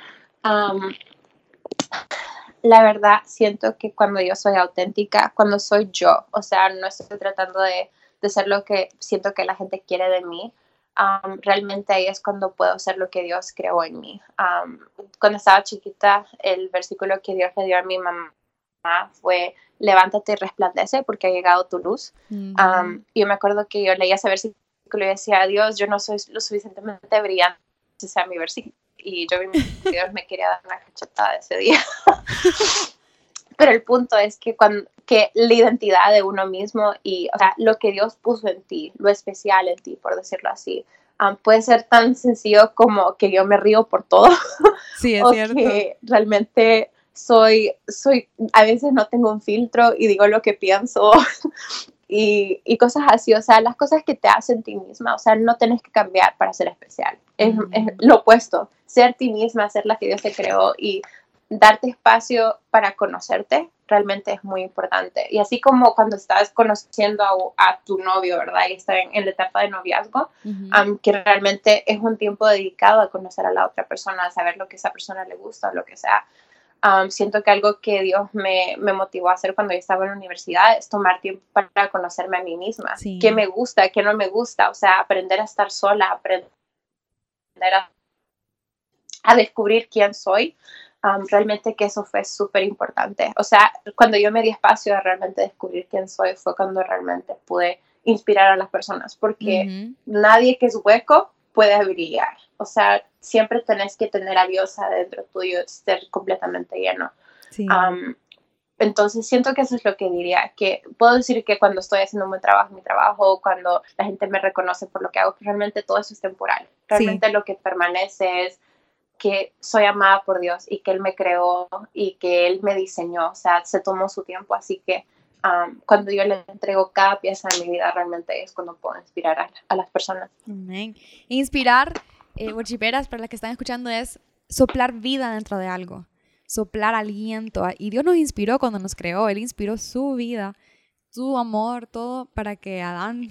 La verdad, siento que cuando yo soy auténtica, cuando soy yo, o sea, no estoy tratando de ser lo que siento que la gente quiere de mí, realmente ahí es cuando puedo ser lo que Dios creó en mí. Cuando estaba chiquita, el versículo que Dios le dio a mi mamá fue: levántate y resplandece porque ha llegado tu luz. Mm-hmm. Y yo me acuerdo que yo leía ese versículo y decía: Dios, yo no soy lo suficientemente brillante, ese sea mi versículo. Y yo vi que Dios me quería dar una cachetada ese día. Pero el punto es que que la identidad de uno mismo y, o sea, lo que Dios puso en ti, lo especial en ti, por decirlo así, puede ser tan sencillo como que yo me río por todo. Sí, es o cierto. Que realmente soy, a veces no tengo un filtro y digo lo que pienso. Y cosas así, o sea, las cosas que te hacen ti misma, o sea, no tienes que cambiar para ser especial. Es lo opuesto, ser ti misma, ser la que Dios te creó y darte espacio para conocerte realmente es muy importante. Y así como cuando estás conociendo a tu novio, ¿verdad? Y está en la etapa de noviazgo, que realmente es un tiempo dedicado a conocer a la otra persona, a saber lo que a esa persona le gusta o lo que sea. Siento que algo que Dios me motivó a hacer cuando yo estaba en la universidad es tomar tiempo para conocerme a mí misma. Sí. ¿Qué me gusta? ¿Qué no me gusta? O sea, aprender a estar sola, aprender a descubrir quién soy. Realmente que eso fue súper importante. O sea, cuando yo me di espacio a realmente descubrir quién soy fue cuando realmente pude inspirar a las personas, porque nadie que es hueco puede brillar. O sea, siempre tenés que tener a Dios adentro tuyo, ser completamente lleno. Sí. Entonces siento que eso es lo que diría, que puedo decir que cuando estoy haciendo un buen trabajo, mi trabajo, cuando la gente me reconoce por lo que hago, realmente todo eso es temporal. Realmente lo que permanece es que soy amada por Dios y que Él me creó y que Él me diseñó, o sea, se tomó su tiempo, así que cuando yo le entrego cada pieza de mi vida, realmente es cuando puedo inspirar a las personas. Amén. Inspirar, worshiperas, para las que están escuchando, es soplar vida dentro de algo, soplar aliento. Y Dios nos inspiró cuando nos creó, Él inspiró su vida, su amor, todo para que Adán,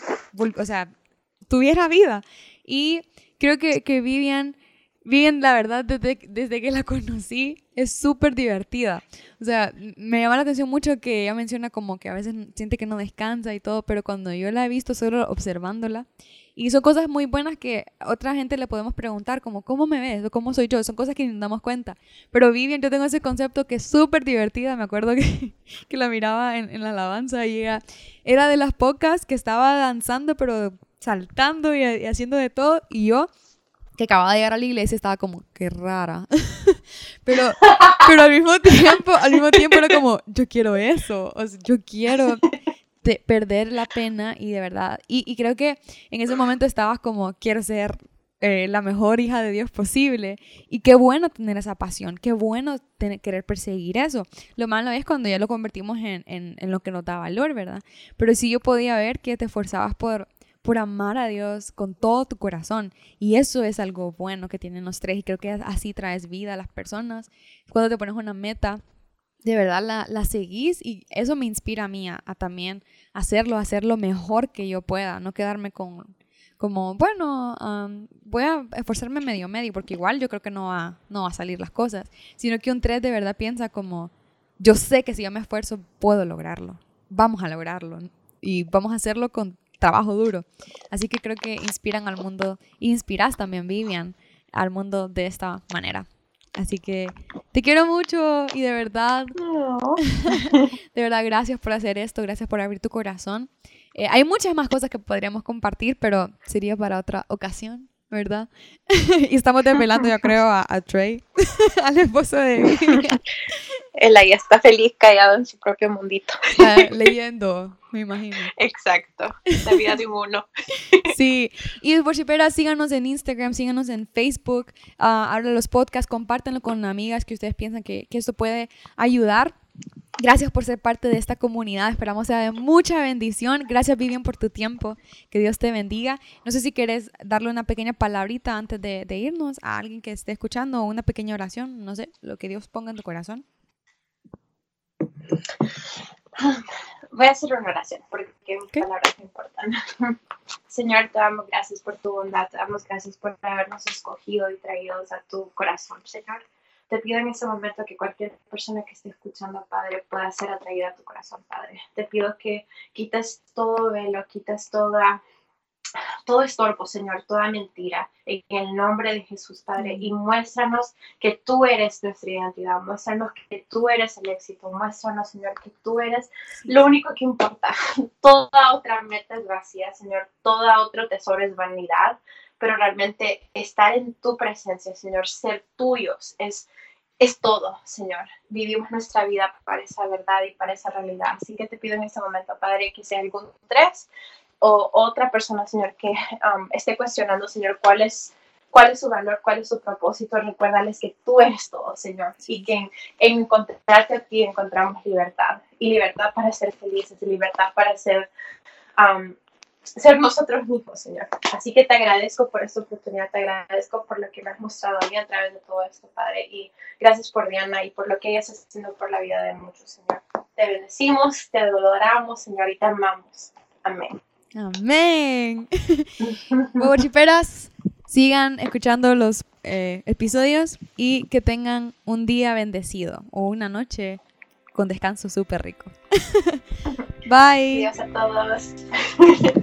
o sea, tuviera vida. Y creo que Vivian, la verdad, desde que la conocí, es súper divertida. O sea, me llama la atención mucho que ella menciona como que a veces siente que no descansa y todo, pero cuando yo la he visto solo observándola, y son cosas muy buenas que a otra gente le podemos preguntar, como, ¿cómo me ves? O ¿cómo soy yo? Son cosas que ni nos damos cuenta. Pero Vivian, yo tengo ese concepto que es súper divertida. Me acuerdo que la miraba en la alabanza y ella era de las pocas que estaba danzando, pero saltando y haciendo de todo, y yo, que acababa de llegar a la iglesia, estaba como, qué rara. pero al mismo tiempo era como, yo quiero eso. O sea, yo quiero perder la pena y de verdad. Y creo que en ese momento estabas como, quiero ser la mejor hija de Dios posible. Y qué bueno tener esa pasión. Qué bueno querer perseguir eso. Lo malo es cuando ya lo convertimos en lo que nos da valor, ¿verdad? Pero sí yo podía ver que te esforzabas por amar a Dios con todo tu corazón. Y eso es algo bueno que tienen los 3. Y creo que así traes vida a las personas. Cuando te pones una meta, de verdad la seguís. Y eso me inspira a mí a también hacerlo mejor que yo pueda. No quedarme con como, bueno, voy a esforzarme medio, porque igual yo creo que no va a salir las cosas, sino que un 3 de verdad piensa como, yo sé que si yo me esfuerzo puedo lograrlo, vamos a lograrlo y vamos a hacerlo con trabajo duro. Así que creo que inspiran al mundo, inspiras también, Vivian, al mundo de esta manera. Así que te quiero mucho y de verdad, gracias por hacer esto, gracias por abrir tu corazón. Hay muchas más cosas que podríamos compartir, pero sería para otra ocasión, ¿verdad? Y estamos desvelando, yo creo, a Trey, al esposo de Vivian. Él ahí está feliz, callado en su propio mundito. Leyendo, me imagino. Exacto, la vida de uno. Sí, y Worshiperas, síganos en Instagram, síganos en Facebook, habla los podcasts, compártanlo con amigas que ustedes piensan que esto puede ayudar. Gracias por ser parte de esta comunidad, esperamos sea de mucha bendición. Gracias, Vivian, por tu tiempo, que Dios te bendiga. No sé si quieres darle una pequeña palabrita antes de irnos a alguien que esté escuchando, o una pequeña oración, no sé, lo que Dios ponga en tu corazón. Voy a hacer una oración porque mis palabras me importan. Señor, te damos gracias por tu bondad, te damos gracias por habernos escogido y traídos a tu corazón, Señor. Te pido en este momento que cualquier persona que esté escuchando, Padre, pueda ser atraída a tu corazón, Padre. Te pido que quites todo velo, quites todo estorbo, Señor, toda mentira, en el nombre de Jesús, Padre, y muéstranos que tú eres nuestra identidad, muéstranos que tú eres el éxito, muéstranos, Señor, que tú eres lo único que importa. Toda otra meta es vacía, Señor, todo otro tesoro es vanidad, pero realmente estar en tu presencia, Señor, ser tuyos es todo, Señor. Vivimos nuestra vida para esa verdad y para esa realidad. Así que te pido en este momento, Padre, que sea algún 3 o otra persona, Señor, que esté cuestionando, Señor, cuál es su valor, cuál es su propósito. Recuérdales que tú eres todo, Señor, y que en encontrarte a ti encontramos libertad, y libertad para ser felices, y libertad para ser nosotros mismos, Señor. Así que te agradezco por esta oportunidad, te agradezco por lo que me has mostrado a mí a través de todo esto, Padre, y gracias por Diana y por lo que ella está haciendo por la vida de muchos, Señor. Te bendecimos, te adoramos, Señor, y te amamos. Amén. Amén. Worshiperas, sigan escuchando los episodios y que tengan un día bendecido o una noche con descanso súper rico. Bye. Adiós a todos.